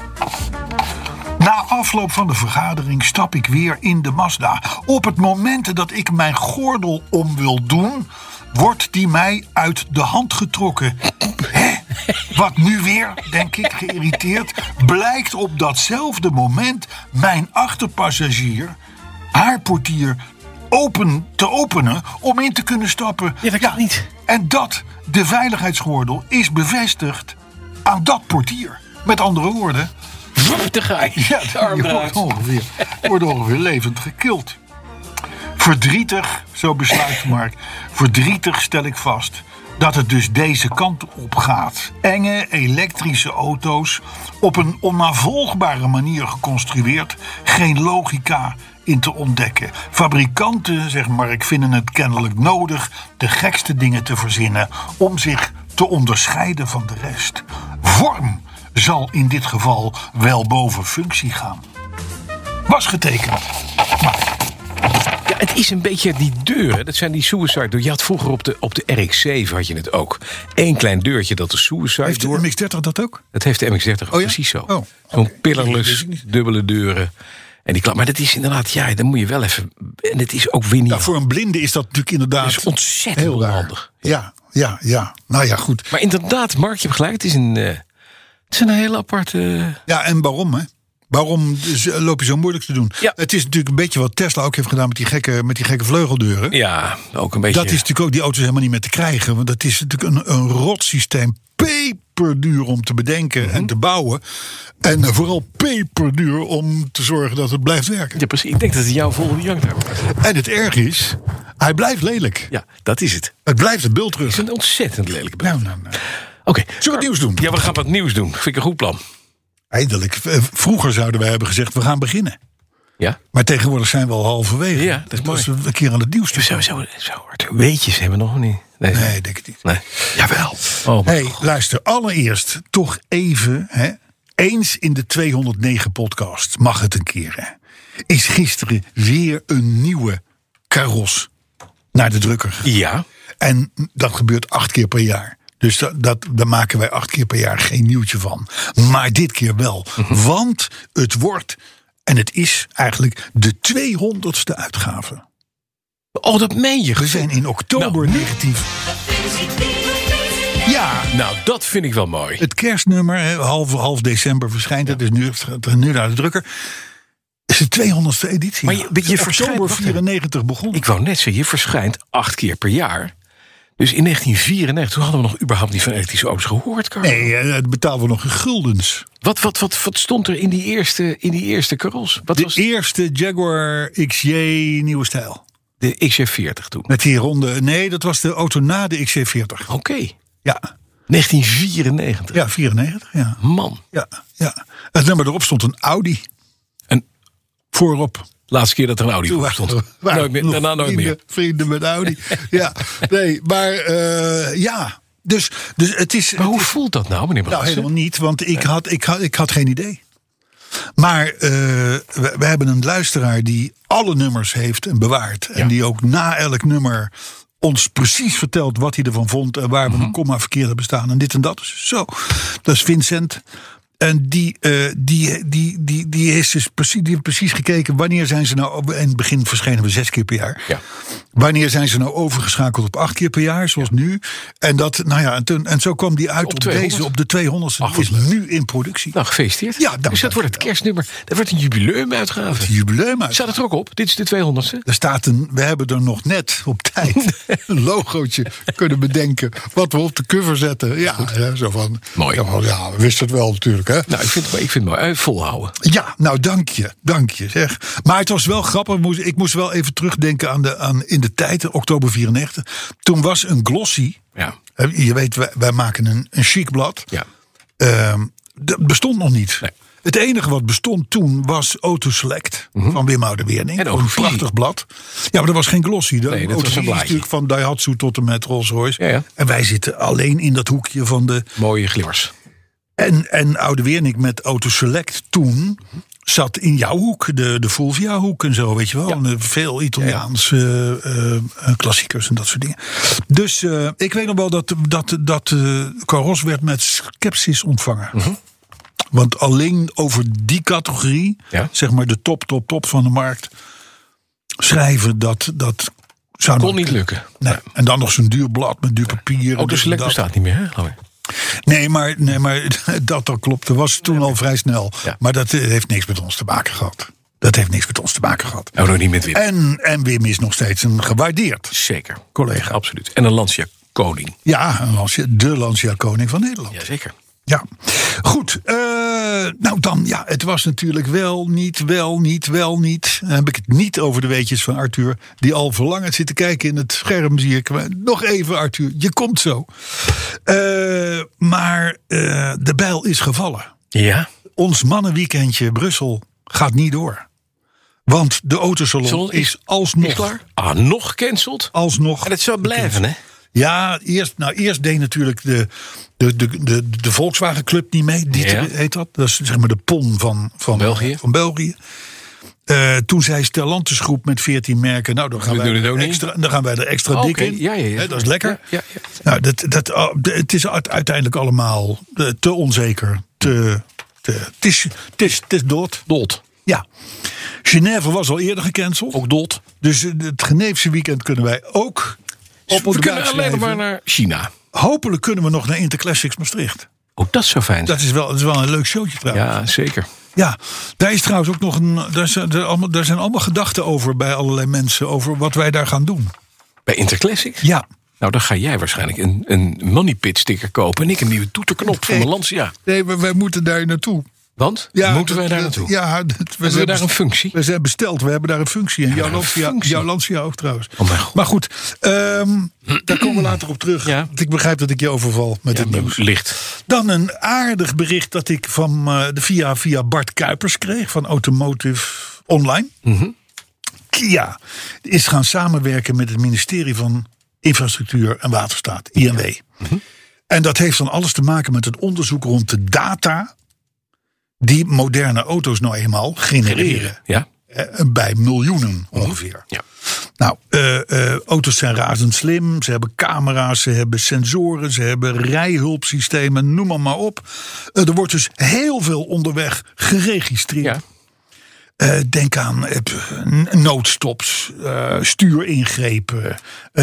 Na afloop van de vergadering stap ik weer in de Mazda. Op het moment dat ik mijn gordel om wil doen, wordt die mij uit de hand getrokken. Hè? Wat nu weer, denk ik, geïrriteerd, blijkt op datzelfde moment mijn achterpassagier haar portier te openen om in te kunnen stappen. Ja, dat kan niet. En de veiligheidsgordel is bevestigd aan dat portier. Met andere woorden, te ga je. Ja, je wordt ongeveer levend gekild. Verdrietig, zo besluit Mark, verdrietig stel ik vast dat het dus deze kant op gaat. Enge elektrische auto's, op een onnavolgbare manier geconstrueerd, geen logica in te ontdekken. Fabrikanten, zeg Mark, vinden het kennelijk nodig de gekste dingen te verzinnen om zich te onderscheiden van de rest. Vorm zal in dit geval wel boven functie gaan. Was getekend. Ja, het is een beetje die deuren. Dat zijn die suicide deuren. Je had vroeger op de RX-7 had je het ook. Eén klein deurtje dat de suicide Heeft de door. MX-30 dat ook? Dat heeft de MX-30 ja? precies zo. Oh, Zo'n oké. pillarless, dubbele deuren. En die klap. Maar dat is inderdaad, ja, dan moet je wel even. En het is ook weer niet. Nou, voor een blinde is dat natuurlijk inderdaad Dat is ontzettend heel raar. onhandig. Ja. Nou ja, goed. Maar inderdaad, Mark, je hebt gelijk. Het is een hele aparte. Ja, en waarom, hè? Waarom loop je zo moeilijk te doen? Ja. Het is natuurlijk een beetje wat Tesla ook heeft gedaan met die gekke vleugeldeuren. Ja, ook een beetje. Dat is natuurlijk ook die auto's helemaal niet meer te krijgen. Want dat is natuurlijk een rotsysteem. Peperduur om te bedenken en te bouwen. En vooral peperduur om te zorgen dat het blijft werken. Ja, precies. Ik denk dat het jouw volgende janktuig wordt. En het erg is, hij blijft lelijk. Ja, dat is het. Het blijft een Het bultrug. is een ontzettend lelijke beeld. Nou. Oké. Zullen we wat nieuws doen? Ja, we gaan wat nieuws doen. Vind ik een goed plan. Eindelijk. Vroeger zouden wij hebben gezegd, we gaan beginnen. Ja? Maar tegenwoordig zijn we al halverwege. Ja, dat is mooi. Als we een keer aan het nieuws doen. Zo, Arthur. Weetjes hebben we nog niet. Nee, denk ik niet. Nee. Jawel. Oh, maar Hey, luister. Allereerst toch even, hè, eens in de 209 podcast mag het een keer. Hè, is gisteren weer een nieuwe karos naar de drukker gegaan. Ja. En dat gebeurt 8 keer per jaar. Dus daar maken wij 8 keer per jaar geen nieuwtje van. Maar dit keer wel. Want het wordt, en het is eigenlijk de 200ste uitgave. Oh, dat meen je. We zijn in oktober 19... Ja, Nou, dat vind ik wel mooi. het kerstnummer, hè, half december verschijnt het. Dus nu naar de drukker. Is de 200ste editie. Maar je verschijnt- oktober wacht even. 94 begonnen. Ik wou net zeggen, je verschijnt 8 keer per jaar. Dus in 1994, toen hadden we nog überhaupt niet van elektrische auto's gehoord, Carlo. Nee, het betalen we nog in guldens. Wat stond er in die eerste karos? Wat was De eerste Jaguar XJ nieuwe stijl. de XJ40 toen? Met die ronde... Nee, dat was de auto na de XJ40. Oké. Ja, 1994. ja 94. Ja. Man. Ja. Het nummer erop stond een Audi. En Voorop. laatste keer dat er een Audi Toen voor stond. waren Nooit meer, nog daarna nooit meer. Vrienden met Audi. Ja, nee, maar ja. Dus het is... Maar hoe voelt dat nou, meneer Nou, Brassen? helemaal niet, want ik had geen idee. Maar we hebben een luisteraar die alle nummers heeft en bewaart. En Ja. die ook na elk nummer ons precies vertelt wat hij ervan vond. En waar we een komma verkeerd hebben staan. En dit en dat. Zo, dat is Vincent. En die is dus precies gekeken. Wanneer zijn ze nou... In het begin verschenen we 6 keer per jaar. Ja. Wanneer zijn ze nou overgeschakeld op 8 keer per jaar, zoals nu? En dat, nou ja, en zo kwam die uit Op op 200? deze, op de 200ste. Ach, Die is wat leuk. nu in productie. Nou, gefeliciteerd. Ja, dank dus dat je wordt het wel. kerstnummer. Dat wordt een jubileumuitgave. Het jubileum uit. Staat het er ook op? Dit is de 200ste. Er staat we hebben er nog net op tijd een logootje kunnen bedenken. Wat we op de cover zetten. Ja, zo van. Mooi. Ja, we wisten het wel natuurlijk, hè? Nou, ik vind het mooi. Volhouden. Ja, nou dank je zeg. Maar het was wel grappig. Ik moest wel even terugdenken in de tijd, oktober 94. Toen was een glossy. Ja. Je weet, wij maken een chic blad. Ja. Dat bestond nog niet. Nee. Het enige wat bestond toen was Autoselect van Wim Oude-Wernink. En Een Autovisie. prachtig blad. Ja, maar dat was geen glossy. Nee, dat was een Autovisie is blaadje. natuurlijk van Daihatsu tot en met Rolls-Royce. Ja. En wij zitten alleen in dat hoekje van de... Mooie glimmers. En Oude-Wernink met Autoselect toen zat in jouw hoek, de Fulvia-hoek en zo, weet je wel. Ja. En, veel Italiaanse klassiekers en dat soort dingen. Dus ik weet nog wel dat Karos werd met sceptisch ontvangen. Want alleen over die categorie, Ja. zeg maar de top van de markt, schrijven dat zou Kon nog niet lukken. Nee. En dan nog zo'n duur blad met duur papier. Autoselect bestaat niet meer, hè? geloof ik. Nee, maar dat klopt. Dat was toen al vrij snel. Ja. Maar dat heeft niks met ons te maken gehad. Nou, nog niet met Wim. En Wim is nog steeds een gewaardeerd Zeker. collega. Absoluut. En een Lancia Koning. Ja, de Lancia Koning van Nederland. Jazeker. Ja, goed. Nou dan, ja, het was natuurlijk wel niet. Dan heb ik het niet over de weetjes van Arthur, die al verlangend zit te kijken in het scherm, zie ik. Maar nog even, Arthur, je komt zo. Maar de bijl is gevallen. Ja. Ons mannenweekendje Brussel gaat niet door. Want de autosalon is alsnog... Is klaar? Nog gecanceld? Alsnog. En het zou blijven, hè? Ja, eerst deed natuurlijk de Volkswagen Club niet mee. Heet dat? Dat is zeg maar de PON van België. Toen zei Stellantis Groep met 14 merken... nou, dan gaan wij er extra dik in. Ja. Dat is lekker. Ja. Nou, het is uiteindelijk allemaal te onzeker. Het is dood. Ja. Genève was al eerder gecanceld. Ook dood. Dus het Geneefse weekend kunnen wij ook we kunnen alleen maar naar China. Hopelijk kunnen we nog naar Interclassics Maastricht. Oh, dat zou fijn zijn. Dat is wel een leuk showtje trouwens. Ja, zeker. Ja, daar is trouwens ook nog daar zijn allemaal gedachten over bij allerlei mensen over wat wij daar gaan doen. Bij Interclassics? Ja. Nou, dan ga jij waarschijnlijk een Money Pit sticker kopen en ik een nieuwe toeterknop voor mijn Lancia. Nee, wij moeten daar naartoe. Want? Moeten wij daar naartoe? Ja, we hebben daar een functie. We zijn besteld, we hebben daar een functie. En jouw Lancia ook trouwens. Oh mijn God. Maar goed, daar komen we later op terug. Ja. Want ik begrijp dat ik je overval met het nieuws. Licht. Dan een aardig bericht dat ik van via Bart Kuipers kreeg van Automotive Online. Mm-hmm. Kia is gaan samenwerken met het ministerie van Infrastructuur en Waterstaat, INW. Mm-hmm. En dat heeft dan alles te maken met het onderzoek rond de data die moderne auto's nou eenmaal genereren. Ja. Bij miljoenen ongeveer. Ja. Nou, auto's zijn razend slim. Ze hebben camera's, ze hebben sensoren, ze hebben rijhulpsystemen, noem maar op. Er wordt dus heel veel onderweg geregistreerd. Ja. Denk aan noodstops, stuuringrepen,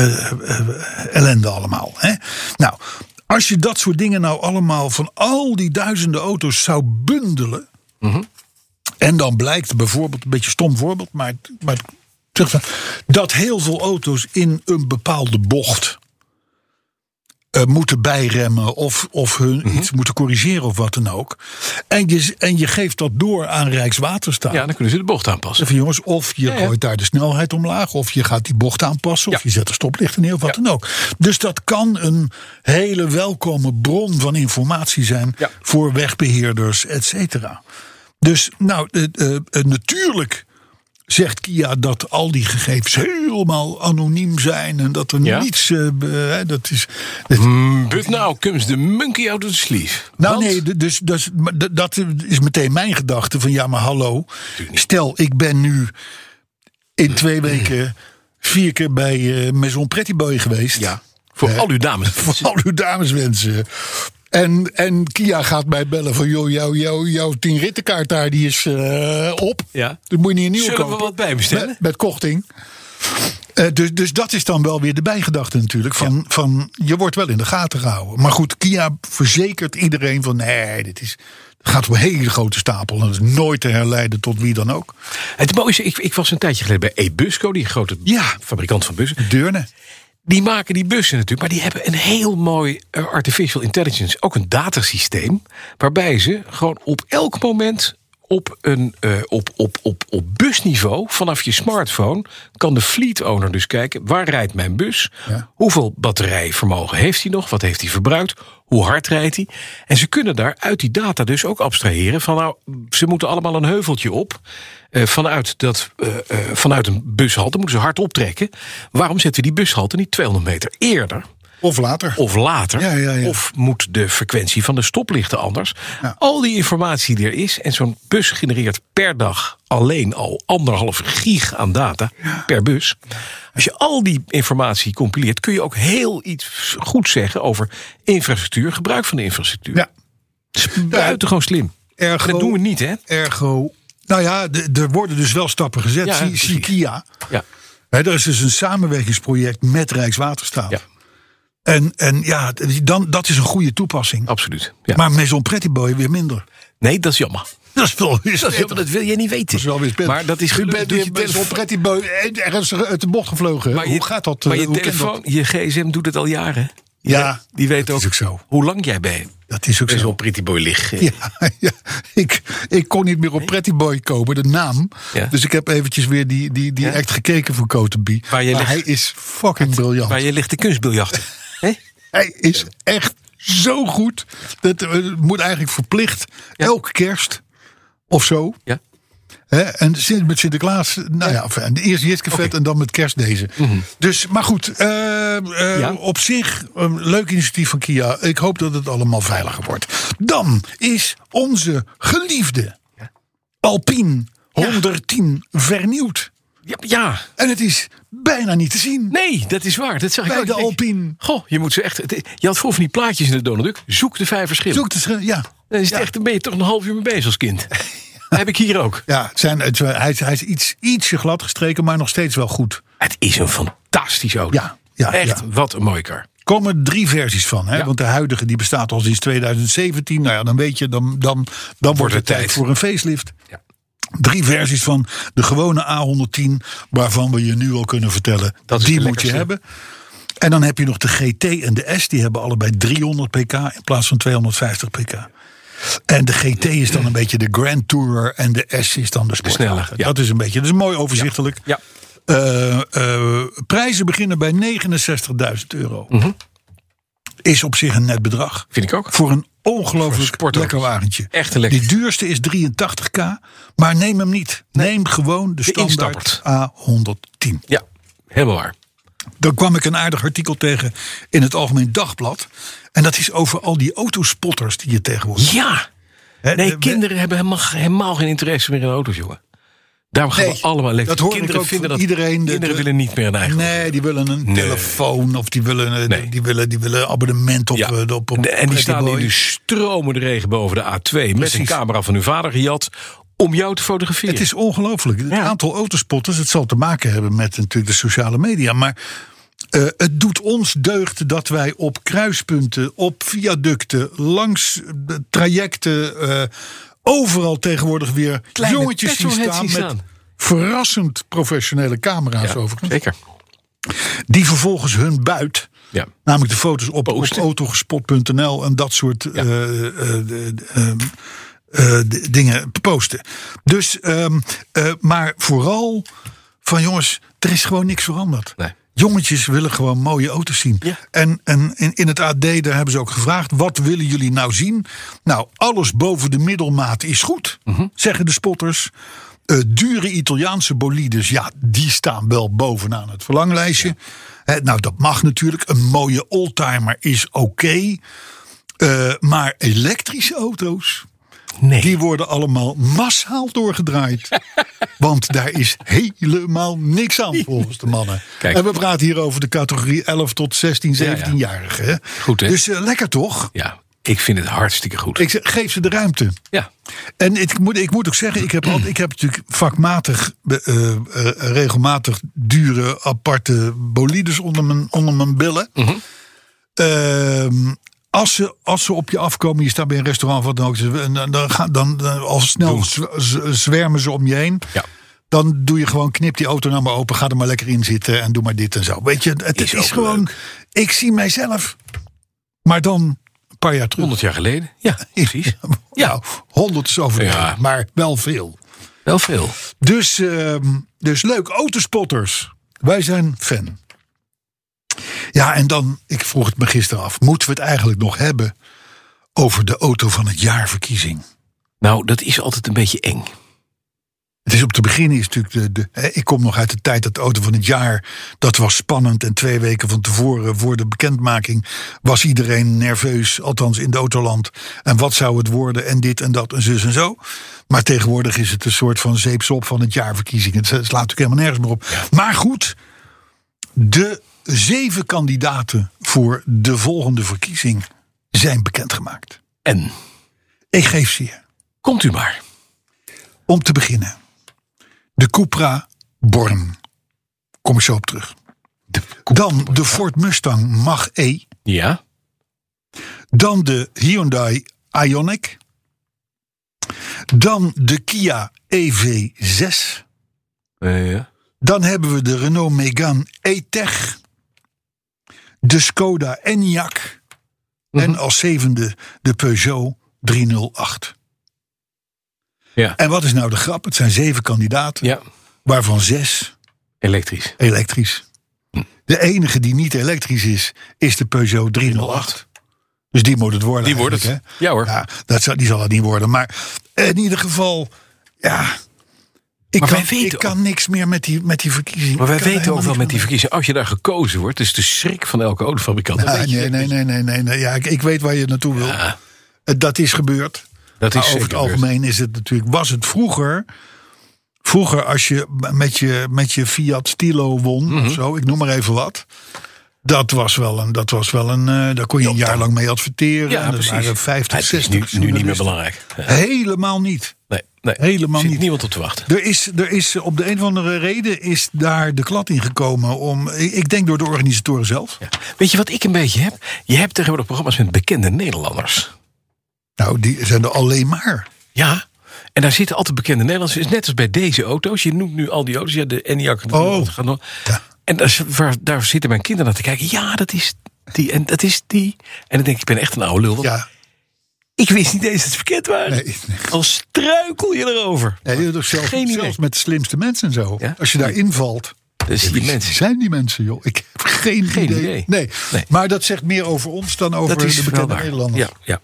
ellende allemaal. Hè? Nou, als je dat soort dingen nou allemaal van al die duizenden auto's zou bundelen. Mm-hmm. En dan blijkt bijvoorbeeld, een beetje stom voorbeeld, maar dat heel veel auto's in een bepaalde bocht moeten bijremmen of hun iets moeten corrigeren of wat dan ook. En je geeft dat door aan Rijkswaterstaat. Ja, dan kunnen ze de bocht aanpassen. Even jongens, of je gooit daar de snelheid omlaag, of je gaat die bocht aanpassen, of je zet er stoplichten neer of wat dan ook. Dus dat kan een hele welkome bron van informatie zijn voor wegbeheerders, et cetera. Dus nou, natuurlijk zegt Kia dat al die gegevens helemaal anoniem zijn en dat er niets. Dat is. But now comes the monkey out of the sleeve. Nou, nee, dus dat is meteen mijn gedachte van ja, maar hallo. Stel, ik ben nu in 2 weken 4 keer bij Maison Prettyboy geweest. Ja. Voor al uw dames. Voor al uw dameswensen. En Kia gaat mij bellen van jouw 10 rittenkaart daar die is op. Ja. Dan moet je niet een nieuwe kopen. Zullen we wat bij bestellen? Met korting. Dus dat is dan wel weer de bijgedachte natuurlijk. Van je wordt wel in de gaten gehouden. Maar goed, Kia verzekert iedereen van nee, het gaat om een hele grote stapel. En dat is nooit te herleiden tot wie dan ook. Het mooie is, ik was een tijdje geleden bij eBusco, die grote fabrikant van bussen. Deurne. Die maken die bussen natuurlijk, maar die hebben een heel mooi artificial intelligence, ook een datasysteem, waarbij ze gewoon op elk moment op busniveau, vanaf je smartphone, kan de fleet owner dus kijken, waar rijdt mijn bus? Ja. Hoeveel batterijvermogen heeft hij nog? Wat heeft hij verbruikt? Hoe hard rijdt hij? En ze kunnen daar uit die data dus ook abstraheren van nou, ze moeten allemaal een heuveltje op. Vanuit een bushalte moeten ze hard optrekken. Waarom zetten we die bushalte niet 200 meter eerder? Of later. Ja. Of moet de frequentie van de stoplichten anders? Ja. Al die informatie die er is. En zo'n bus genereert per dag alleen al 1,5 gig aan data per bus. Als je al die informatie compileert, kun je ook heel iets goed zeggen over infrastructuur, gebruik van de infrastructuur. Ja. Dat is buitengewoon slim. Ergo, dat doen we niet, hè? Ergo. Nou ja, er worden dus wel stappen gezet. Ja, zie Kia. Ja. Er is dus een samenwerkingsproject met Rijkswaterstaat. Ja. En ja, dat is een goede toepassing. Absoluut. Ja. Maar Maison Prettyboy weer minder. Nee, dat is jammer. Dat is wel weer jammer, dat wil je niet weten. Dat is wel weer spannend. Maar dat is gelukkig. Je bent Maison Prettyboy ergens uit de bocht gevlogen. Maar hoe gaat dat? Maar je telefoon, je gsm doet het al jaren. Ja, die weet ook zo. Hoe lang jij bent. Dat is ook zo. Zo'n Prettyboy ligt. Ja. Ik kon niet meer op Prettyboy komen, de naam. Ja. Dus ik heb eventjes weer die act gekeken van Cotenby. Maar hij is fucking briljant. Waar je ligt de kunstbiljarten. Hij is echt zo goed. Dat moet eigenlijk verplicht elke kerst of zo. Ja. En met Sinterklaas, eerst Jitske-vet en dan met kerst deze. Dus, maar goed, op zich een leuk initiatief van Kia. Ik hoop dat het allemaal veiliger wordt. Dan is onze geliefde Alpine 110 vernieuwd. Ja. En het is bijna niet te zien. Nee, dat is waar. Dat zag ik bij ook. de Alpine. Goh, je moet ze echt. Je had voor van die plaatjes in de Donald Duck. Zoek de 5 verschillen. Dan is het echt, dan ben je toch een half uur mee bezig als kind. Dat heb ik hier ook. Ja, hij is ietsje glad gestreken, maar nog steeds wel goed. Het is een fantastische auto. Ja, echt, wat een mooie kar. Komen 3 versies van. Hè? Ja. Want de huidige die bestaat al sinds 2017. Nou ja, dan weet je, dan wordt het tijd voor een facelift. Ja. 3 versies van de gewone A110, waarvan we je nu al kunnen vertellen, die moet je hebben. En dan heb je nog de GT en de S, die hebben allebei 300 pk in plaats van 250 pk. En de GT is dan een beetje de Grand Tourer en de S is dan de sportwagen. Ja. Dat is een beetje, dat is mooi overzichtelijk. Ja. Prijzen beginnen bij €69.000. Is op zich een net bedrag. Vind ik ook. Voor een ongelooflijk lekker wagentje. Echt lekker. Die duurste is 83k, maar neem hem niet. Nee. Neem gewoon de standaard A110. Ja, helemaal waar. Dan kwam ik een aardig artikel tegen in het Algemeen Dagblad. En dat is over al die autospotters die je tegenwoordig... Ja. Kinderen hebben helemaal geen interesse meer in auto's, jongen. Daarom gaan we allemaal elektrisch. Dat hoor ik ook vinden dat iedereen. Kinderen willen niet meer een eigen auto. Nee, die willen een telefoon of die willen abonnement op. En die staan in de stromende regen boven de A2 Precies. Met een camera van hun vader gejat om jou te fotograferen. Het is ongelooflijk. Het aantal autospotters, het zal te maken hebben met natuurlijk de sociale media, maar het doet ons deugd dat wij op kruispunten, op viaducten, langs trajecten, overal tegenwoordig weer kleine jongetjes zien staan met verrassend professionele camera's overigens. Zeker. Die vervolgens hun buit, namelijk de foto's op autogespot.nl en dat soort dingen posten. Dus, maar vooral van jongens, er is gewoon niks veranderd. Nee. Jongetjes willen gewoon mooie auto's zien. Ja. En in het AD, daar hebben ze ook gevraagd, wat willen jullie nou zien? Nou, alles boven de middelmaat is goed, zeggen de spotters. Dure Italiaanse bolides, die staan wel bovenaan het verlanglijstje. Nou, dat mag natuurlijk. Een mooie oldtimer is oké. Maar elektrische auto's, die worden allemaal massaal doorgedraaid. Want daar is helemaal niks aan volgens de mannen. Kijk. En we praten hier over de categorie 11 tot 16, 17-jarigen. Hè? Goed, hè? Dus lekker toch? Ja, ik vind het hartstikke goed. Ik zeg, geef ze de ruimte. Ja. En ik moet ook zeggen, ik heb natuurlijk vakmatig regelmatig dure aparte bolides onder mijn billen. Als ze op je afkomen, je staat bij een restaurant wat dan ook, dan al snel zwermen ze om je heen. Ja. Dan doe je gewoon, knip die auto nou maar open, ga er maar lekker in zitten en doe maar dit en zo. Weet je, het is gewoon leuk. Ik zie mijzelf, maar dan een paar jaar terug. 100 jaar geleden? Ja, precies. Nou, 100 is overdreven, maar wel veel. Wel veel. Dus leuk, autospotters. Wij zijn fan. Ja, en dan, ik vroeg het me gisteren af, moeten we het eigenlijk nog hebben over de auto van het jaarverkiezing? Nou, dat is altijd een beetje eng. Het is om te beginnen, is natuurlijk ik kom nog uit de tijd dat de auto van het jaar, dat was spannend. En 2 weken van tevoren, voor de bekendmaking, was iedereen nerveus, althans in de autoland. En wat zou het worden, en dit en dat, en zus en zo. Maar tegenwoordig is het een soort van zeepsop van het jaarverkiezing. Het slaat natuurlijk helemaal nergens meer op. Ja. Maar goed, de 7 kandidaten voor de volgende verkiezing zijn bekendgemaakt. En? Ik geef ze je. Komt u maar. Om te beginnen. De Cupra Born. Kom ik zo op terug. Dan de Ford Mustang Mach-E. Ja. Dan de Hyundai Ioniq. Dan de Kia EV6. Ja. Dan hebben we de Renault Megane E-Tech. De Skoda Enyaq. En als 7e de Peugeot 308. Ja. En wat is nou de grap? Het zijn 7 kandidaten, waarvan 6 elektrisch. De enige die niet elektrisch is de Peugeot 308. Dus die moet het worden. Die wordt het. Hè? Ja hoor. Ja, die zal het niet worden. Maar in ieder geval, Ik kan niks meer met die verkiezingen. Maar wij weten ook wel met die verkiezingen, als je daar gekozen wordt, is de schrik van elke autofabrikant. Nee. Ja, ik weet waar je naartoe wil. Ja. Dat is gebeurd. Dat is over het algemeen is het natuurlijk. Was het vroeger als je met je Fiat Stilo won of zo, ik noem maar even wat. Dat was wel een. Daar kon je een jaar lang mee adverteren. Ja, en dat waren 50, 60. Het is nu niet meer belangrijk. Ja. Helemaal niet. Nee, helemaal er zit niet. Niemand op te wachten. Er is op de een of andere reden is daar de klad in gekomen om. Ik denk door de organisatoren zelf. Ja. Weet je wat ik een beetje heb? Je hebt tegenwoordig programma's met bekende Nederlanders. Nou, die zijn er alleen maar. Ja. En daar zitten altijd bekende Nederlanders. Het is net als bij deze auto's. Je noemt nu al die auto's. Ja, de Enyaq. Ja. En daar zitten mijn kinderen naar te kijken. Ja, dat is die en dat is die. En dan denk ik ben echt een oude lul. Ja. Ik wist niet eens dat ze verkeerd waren. Nee. Al struikel je erover. Nee, zelfs met de slimste mensen en zo. Ja? Als je daar invalt. Dus die mensen. Zijn die mensen, joh? Ik heb geen idee. Nee. Maar dat zegt meer over ons dan over de bekende Nederlanders. Ja.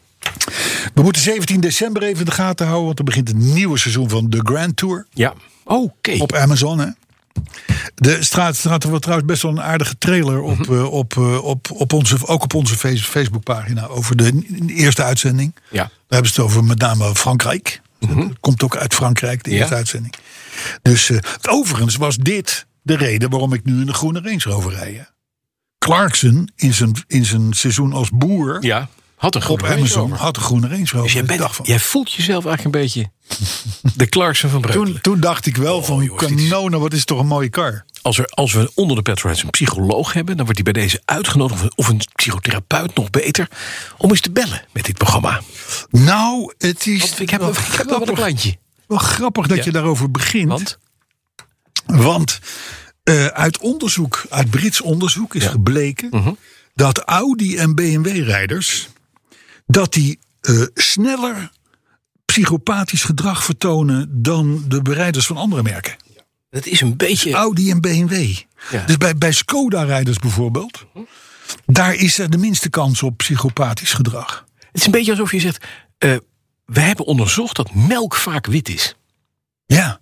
We moeten 17 december even in de gaten houden. Want er begint een nieuwe seizoen van The Grand Tour. Ja, oké. Op Amazon, hè? De straat wordt trouwens best wel een aardige trailer op onze Facebookpagina over de eerste uitzending. Ja. Daar hebben ze het over met name Frankrijk. Dat komt ook uit Frankrijk, de eerste uitzending. Dus overigens was dit de reden waarom ik nu in de groene Range Rover rijd. Clarkson in zijn seizoen als boer. Ja. Had een groene op Amazon had een groene Range Rover. Dus jij voelt jezelf eigenlijk een beetje de Clarkson van Breukelen. Toen dacht ik wel van kanonen, wat is toch een mooie kar. Als we onder de Petrolheads een psycholoog hebben, dan wordt hij bij deze uitgenodigd, of een psychotherapeut nog beter, om eens te bellen met dit programma. Nou, het is. Want ik heb wel een plantje. Wel grappig dat je daarover begint. Want uit Brits onderzoek is gebleken dat Audi en BMW-rijders dat die sneller psychopathisch gedrag vertonen dan de bereiders van andere merken. Dat is een beetje. Audi en BMW. Ja. Dus bij Skoda-rijders bijvoorbeeld, daar is er de minste kans op psychopathisch gedrag. Het is een beetje alsof je zegt, we hebben onderzocht dat melk vaak wit is. Ja.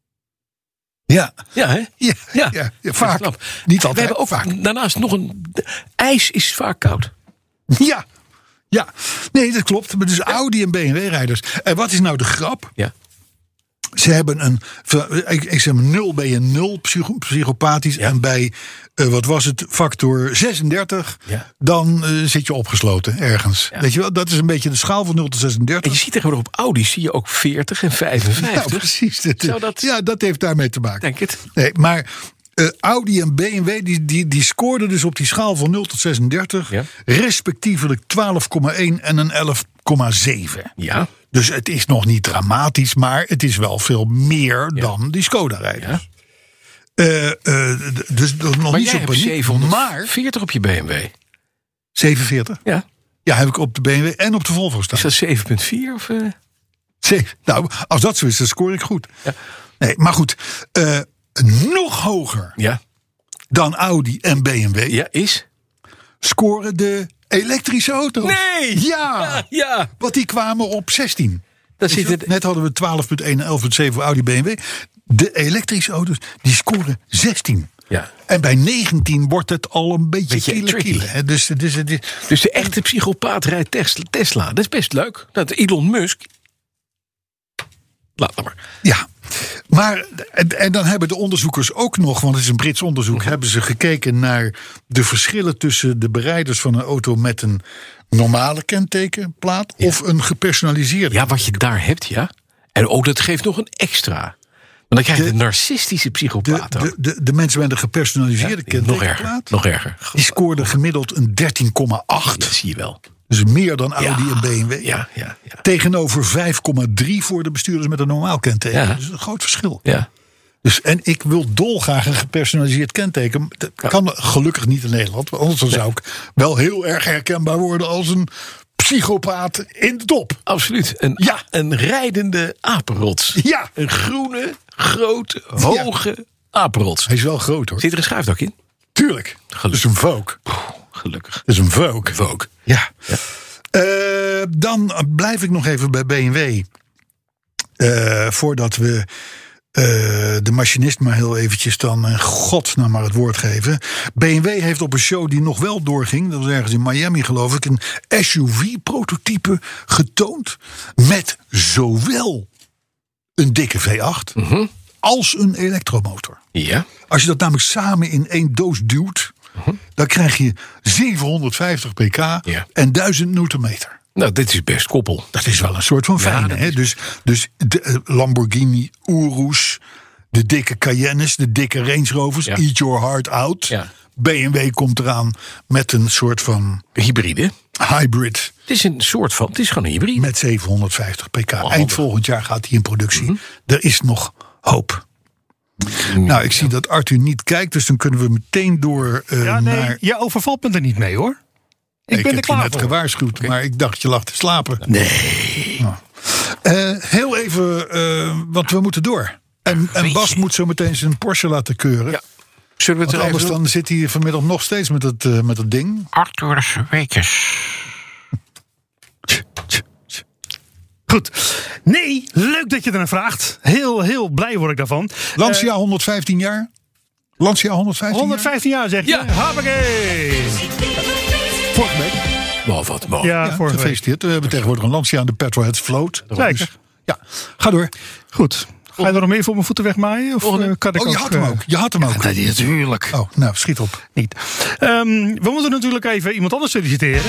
Ja. Ja, hè? Ja, vaak. Niet altijd. We hebben ook vaak. Daarnaast nog ijs is vaak koud. Ja, nee, dat klopt. Dus Audi en BMW-rijders. En wat is nou de grap? Ja. Ze hebben ik zeg maar 0 ben je 0 psychopathisch. Ja. En bij, wat was het, factor 36, dan zit je opgesloten ergens. Ja. Weet je wel, dat is een beetje de schaal van 0 tot 36. En je ziet tegenwoordig op Audi zie je ook 40 en 55. Ja, precies. Dat heeft daarmee te maken. Denk het. Nee, maar Audi en BMW die scoorden dus op die schaal van 0 tot 36... respectievelijk 12,1 en een 11,7. Ja. Dus het is nog niet dramatisch, maar het is wel veel meer dan die Skoda-rijders. Ja. Dus nog maar niet zo paniek. 740 op je BMW. 47? Ja. Ja, heb ik op de BMW en op de Volvo staan. Is dat 7,4 of? Nou, als dat zo is, dan scoor ik goed. Ja. Nee, maar goed. Nog hoger dan Audi en BMW scoren de elektrische auto's. Nee! Ja. Want die kwamen op 16. Net hadden we 12,1 en 11,7 voor Audi BMW. De elektrische auto's, die scoren 16. Ja. En bij 19 wordt het al een beetje tricky. Dus de echte psychopaat rijdt Tesla. Dat is best leuk. Dat Elon Musk. Laat maar. Ja. Maar, en dan hebben de onderzoekers ook nog, want het is een Brits onderzoek, hebben ze gekeken naar de verschillen tussen de bereiders van een auto met een normale kentekenplaat of een gepersonaliseerde. Ja, wat je daar hebt, ja. En dat geeft nog een extra. Want dan krijg je de narcistische psychopaat ook. De mensen met een gepersonaliseerde kentekenplaat. Nog erger. Die scoorden gemiddeld een 13,8. Dat zie je wel. Dus meer dan Audi en BMW. Ja. Tegenover 5,3 voor de bestuurders met een normaal kenteken. Ja. Dus een groot verschil. Ja. Dus, en ik wil dolgraag een gepersonaliseerd kenteken. Dat kan gelukkig niet in Nederland. Want anders zou ik wel heel erg herkenbaar worden als een psychopaat in de top. Absoluut. Een rijdende apenrots. Ja. Een groene, grote, hoge apenrots. Hij is wel groot, hoor. Zit er een schuifdak in? Tuurlijk. Dat is een Vogue. Gelukkig. Dat is een Vogue. Ja. Dan blijf ik nog even bij BMW. Voordat we de machinist maar heel eventjes dan in godsnaam maar het woord geven. BMW heeft op een show die nog wel doorging, dat was ergens in Miami geloof ik, een SUV-prototype getoond met zowel een dikke V8 als een elektromotor. Ja. Als je dat namelijk samen in één doos duwt, dan krijg je 750 pk en 1000 newtonmeter. Nou, dit is best koppel. Dat is wel een soort van fijne. Hè? Dus de Lamborghini Urus, de dikke Cayennes, de dikke Range Rovers, Eat Your Heart Out. Ja. BMW komt eraan met een soort van Hybride. hybrid. Het is een soort van, het is gewoon een hybride. Met 750 pk. Eind volgend jaar gaat hij in productie. Er is nog hoop. Nou, ik zie dat Arthur niet kijkt, dus dan kunnen we meteen door naar... Je overvalt me er niet mee, hoor. Ik ben er heb je klaar net voor. gewaarschuwd, maar ik dacht je lag te slapen. Nee. Heel even, want we moeten door. En Bas moet zo meteen zijn Porsche laten keuren. Ja. Zullen we het Want er even anders doen? dan zit hij vanmiddag nog steeds met het ding. Arthur's Weekes. Goed. Nee, leuk dat je er naar vraagt. Heel, heel blij word ik daarvan. Lancia 115 jaar. Lancia 115 115 jaar zeg je? Ja. Hoppakee. Vorige week. Oh, wat mooi. Ja, Ja, vorige week. gefeliciteerd. We hebben tegenwoordig een Lancia aan de Petrolheads Float. Zeker. Ja, ga door. Goed. Ga je er nog meer voor mijn voeten wegmaaien? Of kan ik Oh, je ook, had hem ook. Je had hem ook. Ja, natuurlijk. Oh, nou, schiet op. Niet. We moeten natuurlijk even iemand anders feliciteren.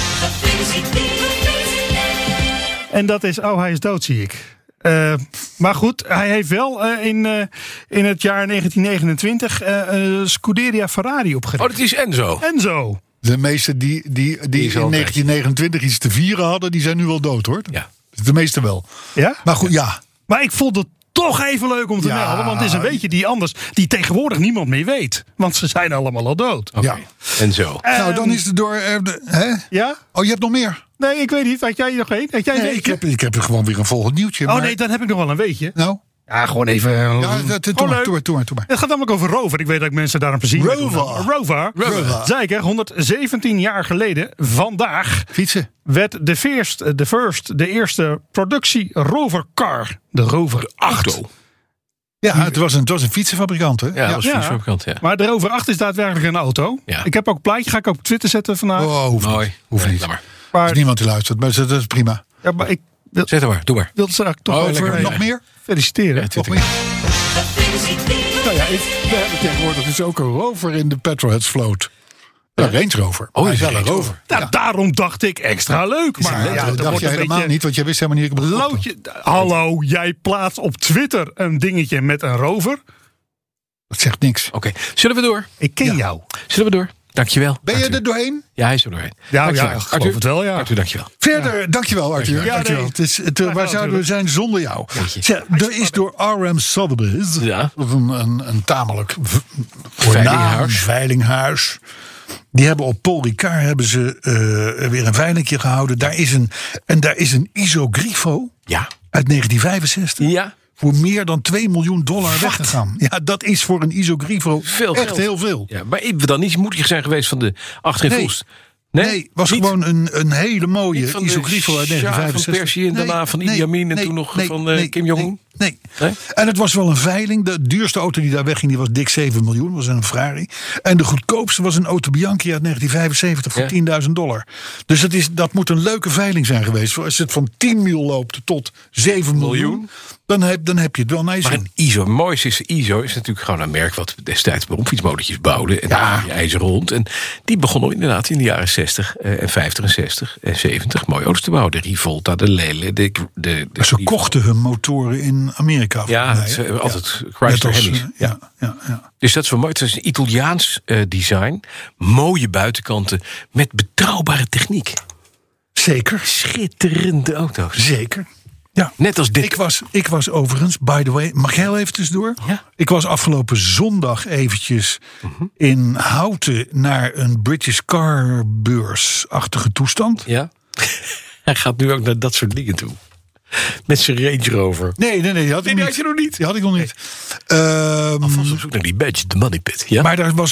En dat is, hij is dood, zie ik. Maar goed, hij heeft wel in het jaar 1929 Scuderia Ferrari opgericht. Oh, dat is Enzo. Enzo. De meeste die in is al 1929 iets te vieren hadden, die zijn nu wel dood, hoor. Ja. De meeste wel. Ja? Maar goed, ja. Maar ik vond het toch even leuk om te Ja. melden. Want het is een weetje die tegenwoordig niemand meer weet. Want ze zijn allemaal al dood. Oké. Ja. Enzo. Nou, dan is het door... hè? Ja? Oh, je hebt nog meer? Nee, ik weet niet. Had jij nog één? Had jij een Nee, weetje? ik heb er gewoon weer een volgend nieuwtje. Oh maar- nee, dan heb ik nog wel een weetje. Nou, Ja, gewoon even... ja, gewoon leuk. doe maar. Het gaat namelijk over Rover. Ik weet dat ik mensen daar een plezier mee doen. Rover. Rover. Zei ik, hè, 117 jaar geleden, vandaag, Fietsen. werd de eerste productie Rover car. De Rover 8. Auto. Ja, het was een fietsenfabrikant, hè? Ja, dat was Ja. van de kant, ja. Maar de Rover 8 is daadwerkelijk een auto. Ja. Ik heb ook een plaatje, ga ik ook op Twitter zetten vandaag. Oh, hoeft Mooi. niet. Hoeft niet. Laat maar. Er Maar, is niemand die luistert, maar dat is prima. ja, maar ik wil, Zet er maar, doe maar. wil het straks toch Oh, even lekker. Nog meer? feliciteren. Ja, Nog meer? Nou ja, we hebben tegenwoordig dus ook een Rover in de Petrolheads Float. Een Range Rover. Oh, Hij is is een wel een Range Rover. Nou, daarom dacht ik extra leuk. Maar Ja, dat dan dacht wordt jij een helemaal beetje niet, want jij wist helemaal niet... Ik heb het loodje. Hallo, jij plaatst op Twitter een dingetje met een Rover. Dat zegt niks. Oké, zullen we door? Ik ken jou. Zullen we door? Dankjewel. Ben je Arthur. er doorheen? Ja, hij is er doorheen. Ja, Dankjewel. ja, ik geloof het wel, ja. Arthur, dankjewel. Verder, dankjewel Arthur. Ja, Dankjewel. nee. Waar zouden we zijn zonder jou? Zeg, er is door R.M. Sotheby's, Ja. een tamelijk Veilinghuis. veilinghuis. Die hebben op Paul Ricard hebben ze weer een veilingje gehouden. Daar is een Isogrifo Ja. uit 1965. Ja. Voor meer dan $2 miljoen weggegaan. Ja, dat is voor een Isogrifo Veel echt geld. heel veel. Ja, maar ik dan niet moedig zijn geweest van de achterin Nee. Voest. Nee, was Niet? gewoon een hele mooie Niet van de Isogrifo uit Shah 1965. van Persie en daarna van Idi Amin en toen nog van Kim Jong-un? Nee. Nee? En het was wel een veiling. De duurste auto die daar wegging, die was dik 7 miljoen. Was een Ferrari. En de goedkoopste was een Auto Bianchi uit 1975 voor $10.000. Dus dat moet een leuke veiling zijn geweest. Als het van 10 mil loopt tot 7 miljoen. Dan heb je het wel naar je Maar zin. een ISO, het mooiste is, ISO is natuurlijk gewoon een merk wat destijds bromfietsmotortjes bouwde. En daar ijzer rond. En die begonnen inderdaad in de jaren 60 en 50 en 60 en 70 mooie auto's te bouwen. De Rivolta, de Lele, de Ze kochten hun motoren in Amerika. Ja, volgens mij, het is hè? altijd Net Chrysler als, Hemis. Ja. ja. Dus dat is wel mooi. Het is een Italiaans design. Mooie buitenkanten met betrouwbare techniek. Zeker. Schitterende auto's. Zeker. Ja. Net als dit. Ik was overigens, by the way, mag jij heel even tussendoor? Ja. Ik was afgelopen zondag eventjes in Houten naar een British Car Beurs-achtige toestand. Ja. Hij gaat nu ook naar dat soort dingen toe. Met zijn Range Rover. Nee, die had ik die niet. had je nog niet. Die had ik nog niet. Alvast op zoek naar die badge, de money pit. Ja? Maar daar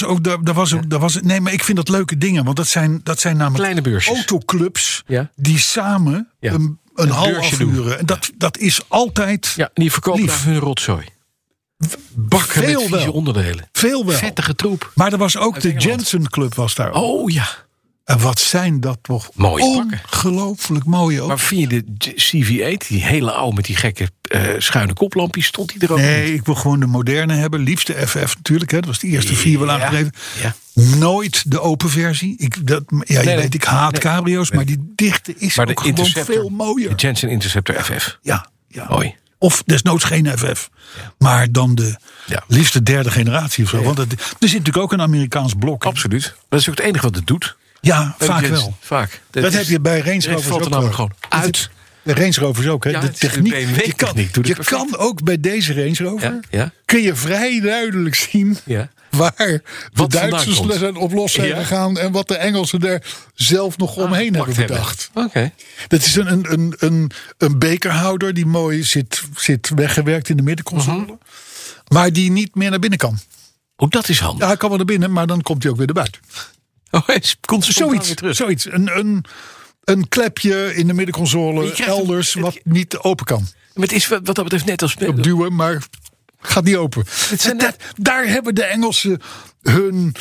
was nee, maar ik vind dat leuke dingen, want dat zijn namelijk Kleine beursjes. autoclubs Ja. die samen Ja. een Een hal beursje doen. afhuren. En dat is altijd Ja, die verkopen lief. daar hun rotzooi. Bakken Veel met vieze wel. onderdelen. Veel wel. Vettige troep. Maar er was ook Uit de Engeland. Jensen Club was daar. Oh ja. En wat zijn dat toch Mooie bakken. ongelooflijk mooie Maar auto's. vind je de CV8, die hele oude met die gekke schuine koplampjes, stond die er ook Nee, niet? ik wil gewoon de moderne hebben. Liefst de FF natuurlijk. Hè. Dat was de eerste vierwiel aangedreven. Ja. Nooit de open versie. Ik haat cabrio's, maar die dichte is Maar ook de gewoon Interceptor, veel mooier. de Jensen Interceptor FF. Ja. Mooi. Of desnoods geen FF. Maar dan de liefste derde generatie of zo. Want er zit natuurlijk ook een Amerikaans blok in. Absoluut. Dat is ook het enige wat het doet. Ja, Bij de vaak Jensen. wel. Vaak. Dat heb je bij Range Het Rovers valt er ook namelijk wel. gewoon uit. De Range Rovers ook, hè? Ja, de het is de techniek. BMW-techniek, doet het Je perfect. kan ook bij deze Range Rover... Ja. kun je vrij duidelijk zien... Ja. waar de Wat Duitsers vandaan komt. zijn op los zijn Ja. gegaan... en wat de Engelsen daar zelf nog omheen hebben bedacht. Oké. Dat is een bekerhouder die mooi zit weggewerkt in de middenconsole. Maar die niet meer naar binnen kan. Oh, dat is handig. Ja, hij kan wel naar binnen, maar dan komt hij ook weer naar buiten. Oh, hij komt spontaan weer terug. Zoiets. Een klepje in de middenconsole Maar je krijgt elders wat niet open kan. Maar het is wat dat betreft net als... Op duwen, maar gaat niet open. Daar hebben de Engelsen hun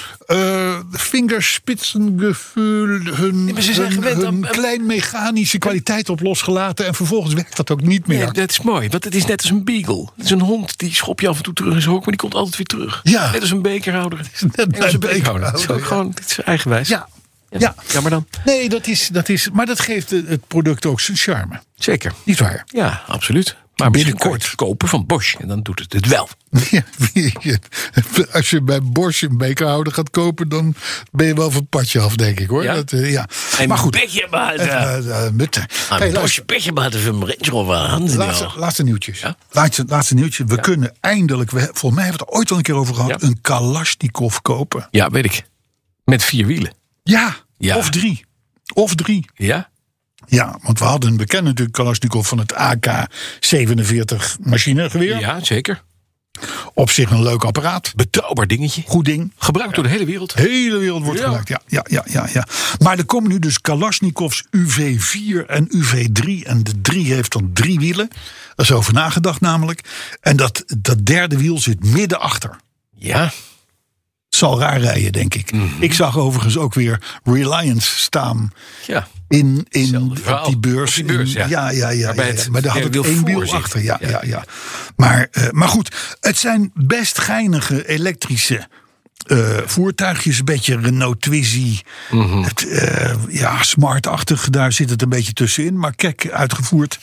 vingerspitsengevoel, maar ze zijn gewend aan- klein mechanische kwaliteit op losgelaten. En vervolgens werkt dat ook niet meer. Nee, dat is mooi, want het is net als een beagle. Het is een hond, die schop je af en toe terug in zijn hok, maar die komt altijd weer terug. Ja. Net als een bekerhouder. Net Net als een bij bekerhouder. Het is ook ja. gewoon, dit is eigenwijs. Ja. Ja. Jammer dan. Nee, dat is. Maar dat geeft het product ook zijn charme. Zeker. Niet waar? Ja, absoluut. Maar binnenkort Binnenkort. kopen van Bosch en dan doet het wel. Ja, als je bij Bosch een bekerhouder gaat kopen, dan ben je wel van het padje af, denk ik hoor. Ja? Ja. En Maar goed. Beetje buiten. Hey, Bosch, beetje buiten van mijn Range Rover handen. laatste nieuwtjes. Ja? Laatste nieuwtje. We kunnen eindelijk, volgens mij hebben we het er ooit al een keer over gehad, Ja. een Kalashnikov kopen. Ja, weet ik. Met 4 wielen. Ja, Ja. of 3. Of 3. Ja? Ja, want we hadden een bekend natuurlijk Kalashnikov van het AK-47 machinegeweer. Ja, zeker. Op zich een leuk apparaat. Betrouwbaar dingetje. Goed ding. Gebruikt door de hele wereld. De hele wereld wordt gebruikt. Ja. Maar er komen nu dus Kalashnikovs UV4 en UV3. En de 3 heeft dan 3 wielen. Daar is over nagedacht namelijk. En dat derde wiel zit midden achter. Ja. Het zal raar rijden, denk ik. Ik zag overigens ook weer Reliance staan Ja. in Hetzelfde verhaal. op die beurs. Op die beurs, ja. Ja. bij het Maar daar had derde het wiel één voor wiel zit. achter. Ja. Ja. Maar goed, het zijn best geinige elektrische voertuigjes. Een beetje Renault Twizy. Smart-achtig. Daar zit het een beetje tussenin. Maar kek, uitgevoerd.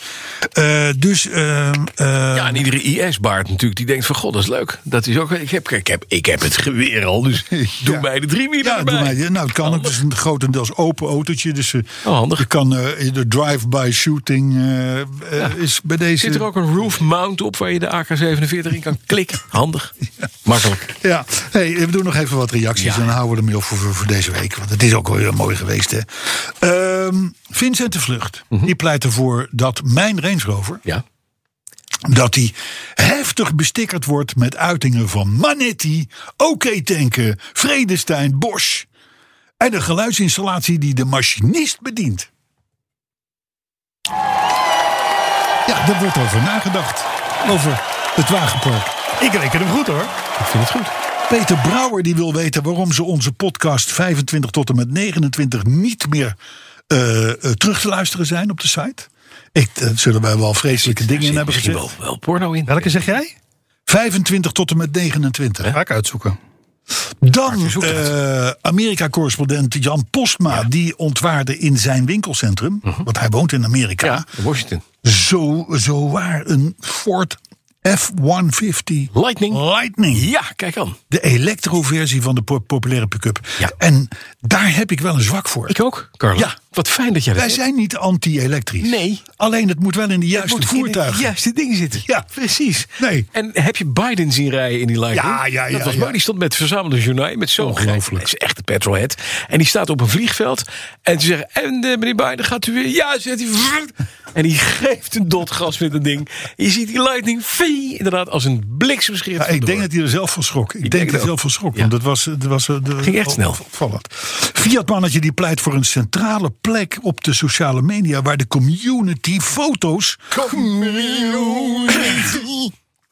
Ja, en iedere IS-baard natuurlijk, die denkt van god, dat is leuk. Dat is ook, ik heb het geweer al, dus doe mij de 3 wielen Ja, erbij. doe mij. Nou, het kan ook. Het is een grotendeels open autootje. Dus handig. je kan de drive-by shooting is bij deze. Zit er ook een roof mount op waar je de AK-47 in kan klikken? Handig. Makkelijk. Ja, hey, we doen nog even wat reacties Ja. en dan houden we ermee op voor deze week. Want het is ook wel weer mooi geweest. Hè. Vincent de Vlucht, die pleit ervoor dat mijn Range Rover, Ja. dat die heftig bestickerd wordt met uitingen van Manetti, OK Tanken, Vredestein, Bosch en de geluidsinstallatie die de machinist bedient. Ja, daar wordt over nagedacht. Over het wagenpark. Ik reken hem goed hoor. Ik vind het goed. Peter Brouwer die wil weten waarom ze onze podcast 25 tot en met 29 niet meer terug te luisteren zijn op de site. Zullen wij wel vreselijke dingen in hebben Misschien gezet. wel porno in. Welke zeg jij? 25 tot en met 29. Ga ik uitzoeken. Dan Amerika-correspondent Jan Postma. Die ontwaarde in zijn winkelcentrum. Want hij woont in Amerika. Ja, Washington. Zo waar een Ford F-150 Lightning. Ja, kijk aan. De elektroversie van de populaire pick-up. Ja. En daar heb ik wel een zwak voor. Ik ook, Carlo. Ja. Wat fijn dat jij dat Wij hebt. zijn niet anti-elektrisch. Nee. Alleen het moet wel in de Het juiste moet in voertuigen. het juiste ding zitten. Ja. Precies. Nee. En heb je Biden zien rijden in die Lightning? Ja, Dat was ja. mooi. Die stond met verzamelde journaal. Met zo'n Ongelooflijk. Dat is echt een petrolhead. En die staat op een vliegveld. En ze zeggen, en meneer Biden, gaat u weer? Ja, zegt hij. En die geeft een dotgas met een ding. En je ziet die Lightning inderdaad als een bliksemschicht. Ja, ik denk dat hij er zelf van schrok. Ik denk denk dat hij het zelf van schrok. Ja. Want het was Ging echt snel. Opvallend. Fiat-mannetje die pleit voor een centrale plek op de sociale media waar de community foto's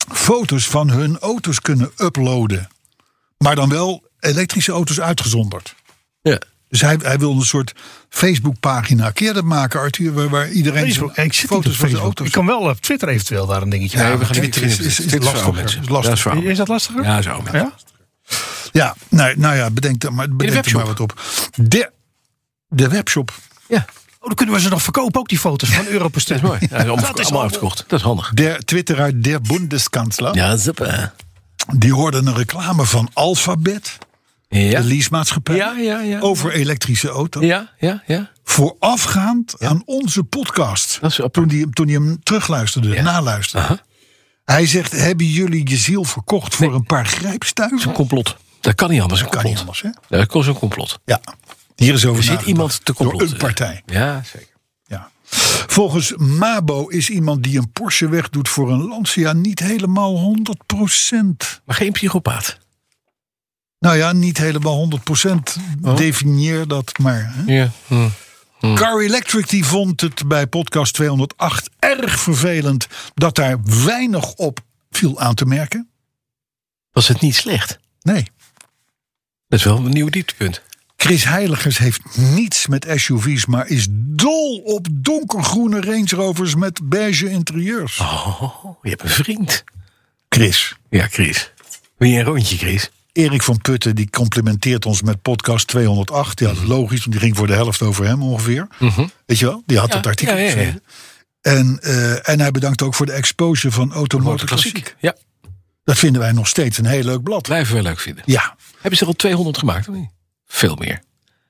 foto's van hun auto's kunnen uploaden. Maar dan wel elektrische auto's uitgezonderd. Ja. Dus hij wil een soort Facebook-pagina. Kun je dat maken, Arthur? Waar iedereen Facebook. Ik zit niet op foto's van de Facebook. auto's... Ik kan wel op Twitter eventueel daar een dingetje Nee, aan. we gaan Twitter is lastiger. Is dat lastiger? Ja, zo. Ja? Ja, nou ja, bedenk er maar wat op. De webshop. Ja. Dan kunnen we ze nog verkopen, ook die foto's van euro per stuk. Dat is mooi. Ja, allemaal uitgekocht. Dat is handig. Der Twitteraar der Bundeskanzler. Ja, super. Die hoorde een reclame van Alphabet. Ja. De leasemaatschappij. Ja. Over elektrische auto's. Ja. Voorafgaand aan onze podcast. Dat is Toen hij hem terugluisterde, naluisterde. Aha. Hij zegt, hebben jullie je ziel verkocht voor een paar grijpstuiven? Een complot. Dat kan niet anders. Een Kan complot. niet anders, hè? Dat is een complot. Ja. Hier is over Er zit nagedacht. iemand te complotten. Door een partij. Ja, zeker. Ja. Volgens Mabo is iemand die een Porsche wegdoet voor een Lancia niet helemaal 100%. Maar geen psychopaat. Nou ja, niet helemaal 100%. Definieer dat maar. Hè? Ja. Car Electric die vond het bij podcast 208 erg vervelend dat daar weinig op viel aan te merken. Was het niet slecht? Nee. Dat is wel een nieuw dieptepunt. Chris Heiligers heeft niets met SUV's, maar is dol op donkergroene Range Rovers met beige interieurs. Oh, je hebt een vriend. Chris. Ja, Chris. Wil je een rondje, Chris? Erik van Putten die complimenteert ons met podcast 208. Ja, dat is logisch, want die ging voor de helft over hem ongeveer. Weet je wel? Die had het artikel geschreven. En hij bedankt ook voor de exposure van Automotor Klassiek. Ja, Dat vinden wij nog steeds een heel leuk blad. blijven we leuk vinden. Ja. Hebben ze er al 200 gemaakt of niet? Veel meer.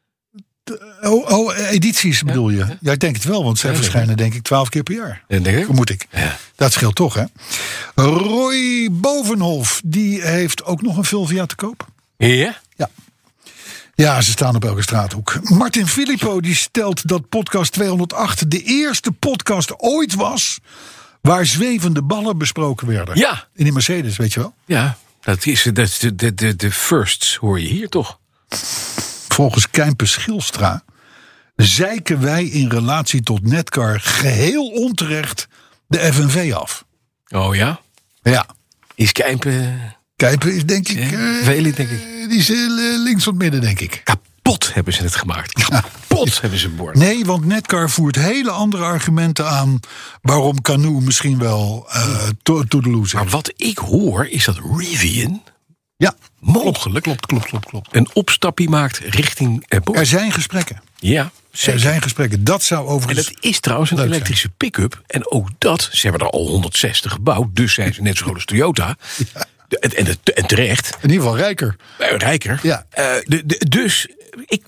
Edities bedoel je? Ja, ik denk het wel, want zij verschijnen denk ik 12 keer per jaar. En denk ik. Vermoed ik. Ja. Dat scheelt toch, hè? Roy Bovenhof, die heeft ook nog een Fulvia te koop. Ja? Ja, ze staan op elke straathoek. Martin Filippo die stelt dat podcast 208 de eerste podcast ooit was waar zwevende ballen besproken werden. Ja. In die Mercedes, weet je wel? Ja, dat is de firsts, hoor je hier toch? Volgens Kijmpes Schilstra zeiken wij in relatie tot Netcar geheel onterecht de FNV af. Oh ja? Ja. Is Kijmpen Kijpen is denk ik... Veli, denk ik. Die is links van het midden, denk ik. Kapot hebben ze het gemaakt. Kapot hebben ze bord. Nee, want Netcar voert hele andere argumenten aan waarom Canoe misschien wel toedeloos is. Maar wat ik hoor is dat Rivian Ja, mogelijk klopt. een opstapje maakt richting Porsche. Er zijn gesprekken. Ja, zeker. Er zijn gesprekken. Dat zou En overigens... dat is trouwens een leuk elektrische pick-up. En ook dat, ze hebben er al 160 gebouwd. Dus zijn ze net zo groot als Toyota. En terecht. In ieder geval rijker. Rijker. Ja. Dus ik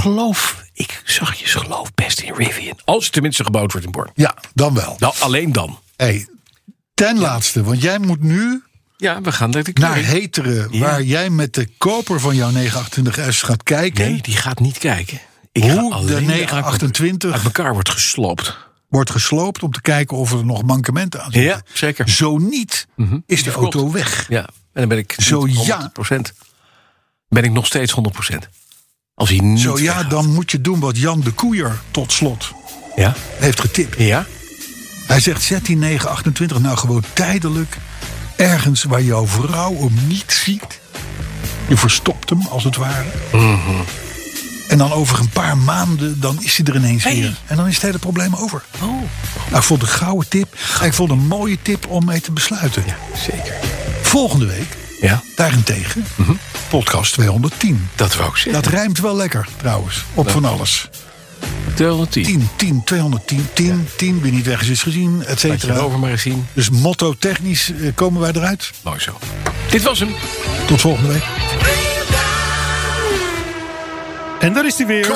geloof best in Rivian. Als het tenminste gebouwd wordt in Born. Ja, dan wel. Nou, alleen dan. Hey, ten laatste, want jij moet nu Ja, we gaan naar Heteren. Ja. Waar jij met de koper van jouw 928S gaat kijken. Nee, die gaat niet kijken. Ik Hoe ga de alleen 928 uit elkaar wordt gesloopt. wordt gesloopt om te kijken of er nog mankementen aan zitten. Ja, zeker. Zo niet, is de verkocht. auto weg. Ja, en dan ben ik Zo niet ja. 100%. Ben ik nog steeds 100%. Als hij niet Zo ja, weggaat. dan moet je doen wat Jan de Koeier tot slot Ja? heeft getipt. Ja? Hij zegt, zet die 928 nou gewoon tijdelijk ergens waar jouw vrouw hem niet ziet. Je verstopt hem, als het ware. En dan over een paar maanden, dan is hij er ineens weer. En dan is het hele probleem over. Oh. Nou, ik vond het een gouden tip. En ik vond het een mooie tip om mee te besluiten. Ja, zeker. Volgende week, Ja, daarentegen, podcast 210. dat wou ik zeggen. Dat rijmt wel lekker, trouwens. Op van alles. 210. 10, 210, 10, wie niet weg is gezien, et Laat je cetera. erover maar eens zien. Dus motto technisch komen wij eruit. Mooi zo. Dit was hem. Tot volgende week. En daar is hij weer.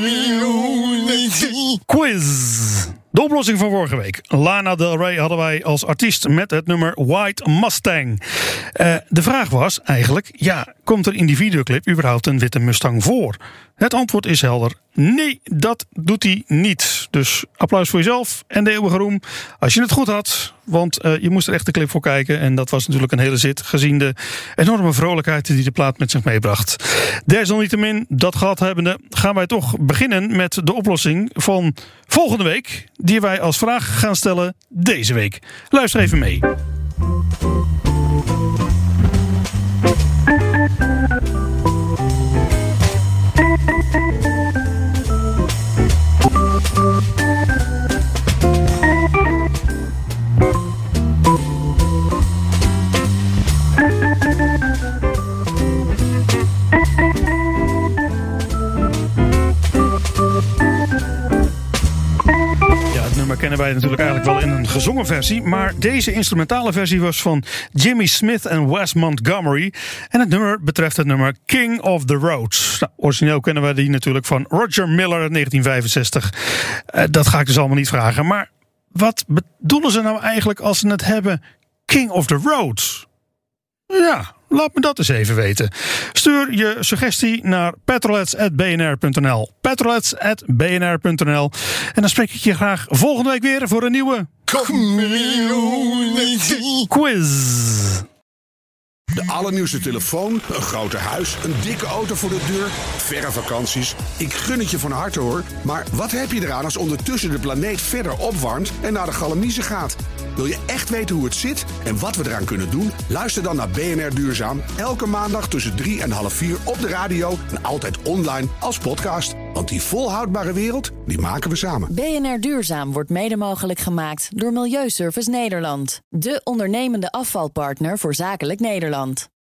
Quiz. De oplossing van vorige week. Lana Del Rey hadden wij als artiest met het nummer White Mustang. De vraag was eigenlijk, ja, komt er in die videoclip überhaupt een witte Mustang voor? Het antwoord is helder. Nee, dat doet hij niet. Dus applaus voor jezelf en de eeuwige roem. Als je het goed had, want je moest er echt de clip voor kijken. En dat was natuurlijk een hele zit, gezien de enorme vrolijkheid die de plaat met zich meebracht. Desalniettemin, dat gehad hebbende, gaan wij toch beginnen met de oplossing van volgende week. Die wij als vraag gaan stellen deze week. Luister even mee. Kennen wij natuurlijk eigenlijk wel in een gezongen versie. Maar deze instrumentale versie was van Jimmy Smith en Wes Montgomery. En het nummer betreft het nummer King of the Roads. Nou, origineel kennen wij die natuurlijk van Roger Miller uit 1965. Dat ga ik dus allemaal niet vragen. Maar wat bedoelen ze nou eigenlijk als ze het hebben King of the Roads? Ja, laat me dat eens even weten. Stuur je suggestie naar petrolets@bnr.nl. Petrolets@bnr.nl. En dan spreek ik je graag volgende week weer voor een nieuwe quiz. De allernieuwste telefoon, een groter huis, een dikke auto voor de deur, verre vakanties. Ik gun het je van harte hoor. Maar wat heb je eraan als ondertussen de planeet verder opwarmt en naar de galamiezen gaat? Wil je echt weten hoe het zit en wat we eraan kunnen doen? Luister dan naar BNR Duurzaam. Elke maandag tussen 3 en half 4 op de radio en altijd online als podcast. Want die volhoudbare wereld, die maken we samen. BNR Duurzaam wordt mede mogelijk gemaakt door Milieuservice Nederland. De ondernemende afvalpartner voor zakelijk Nederland.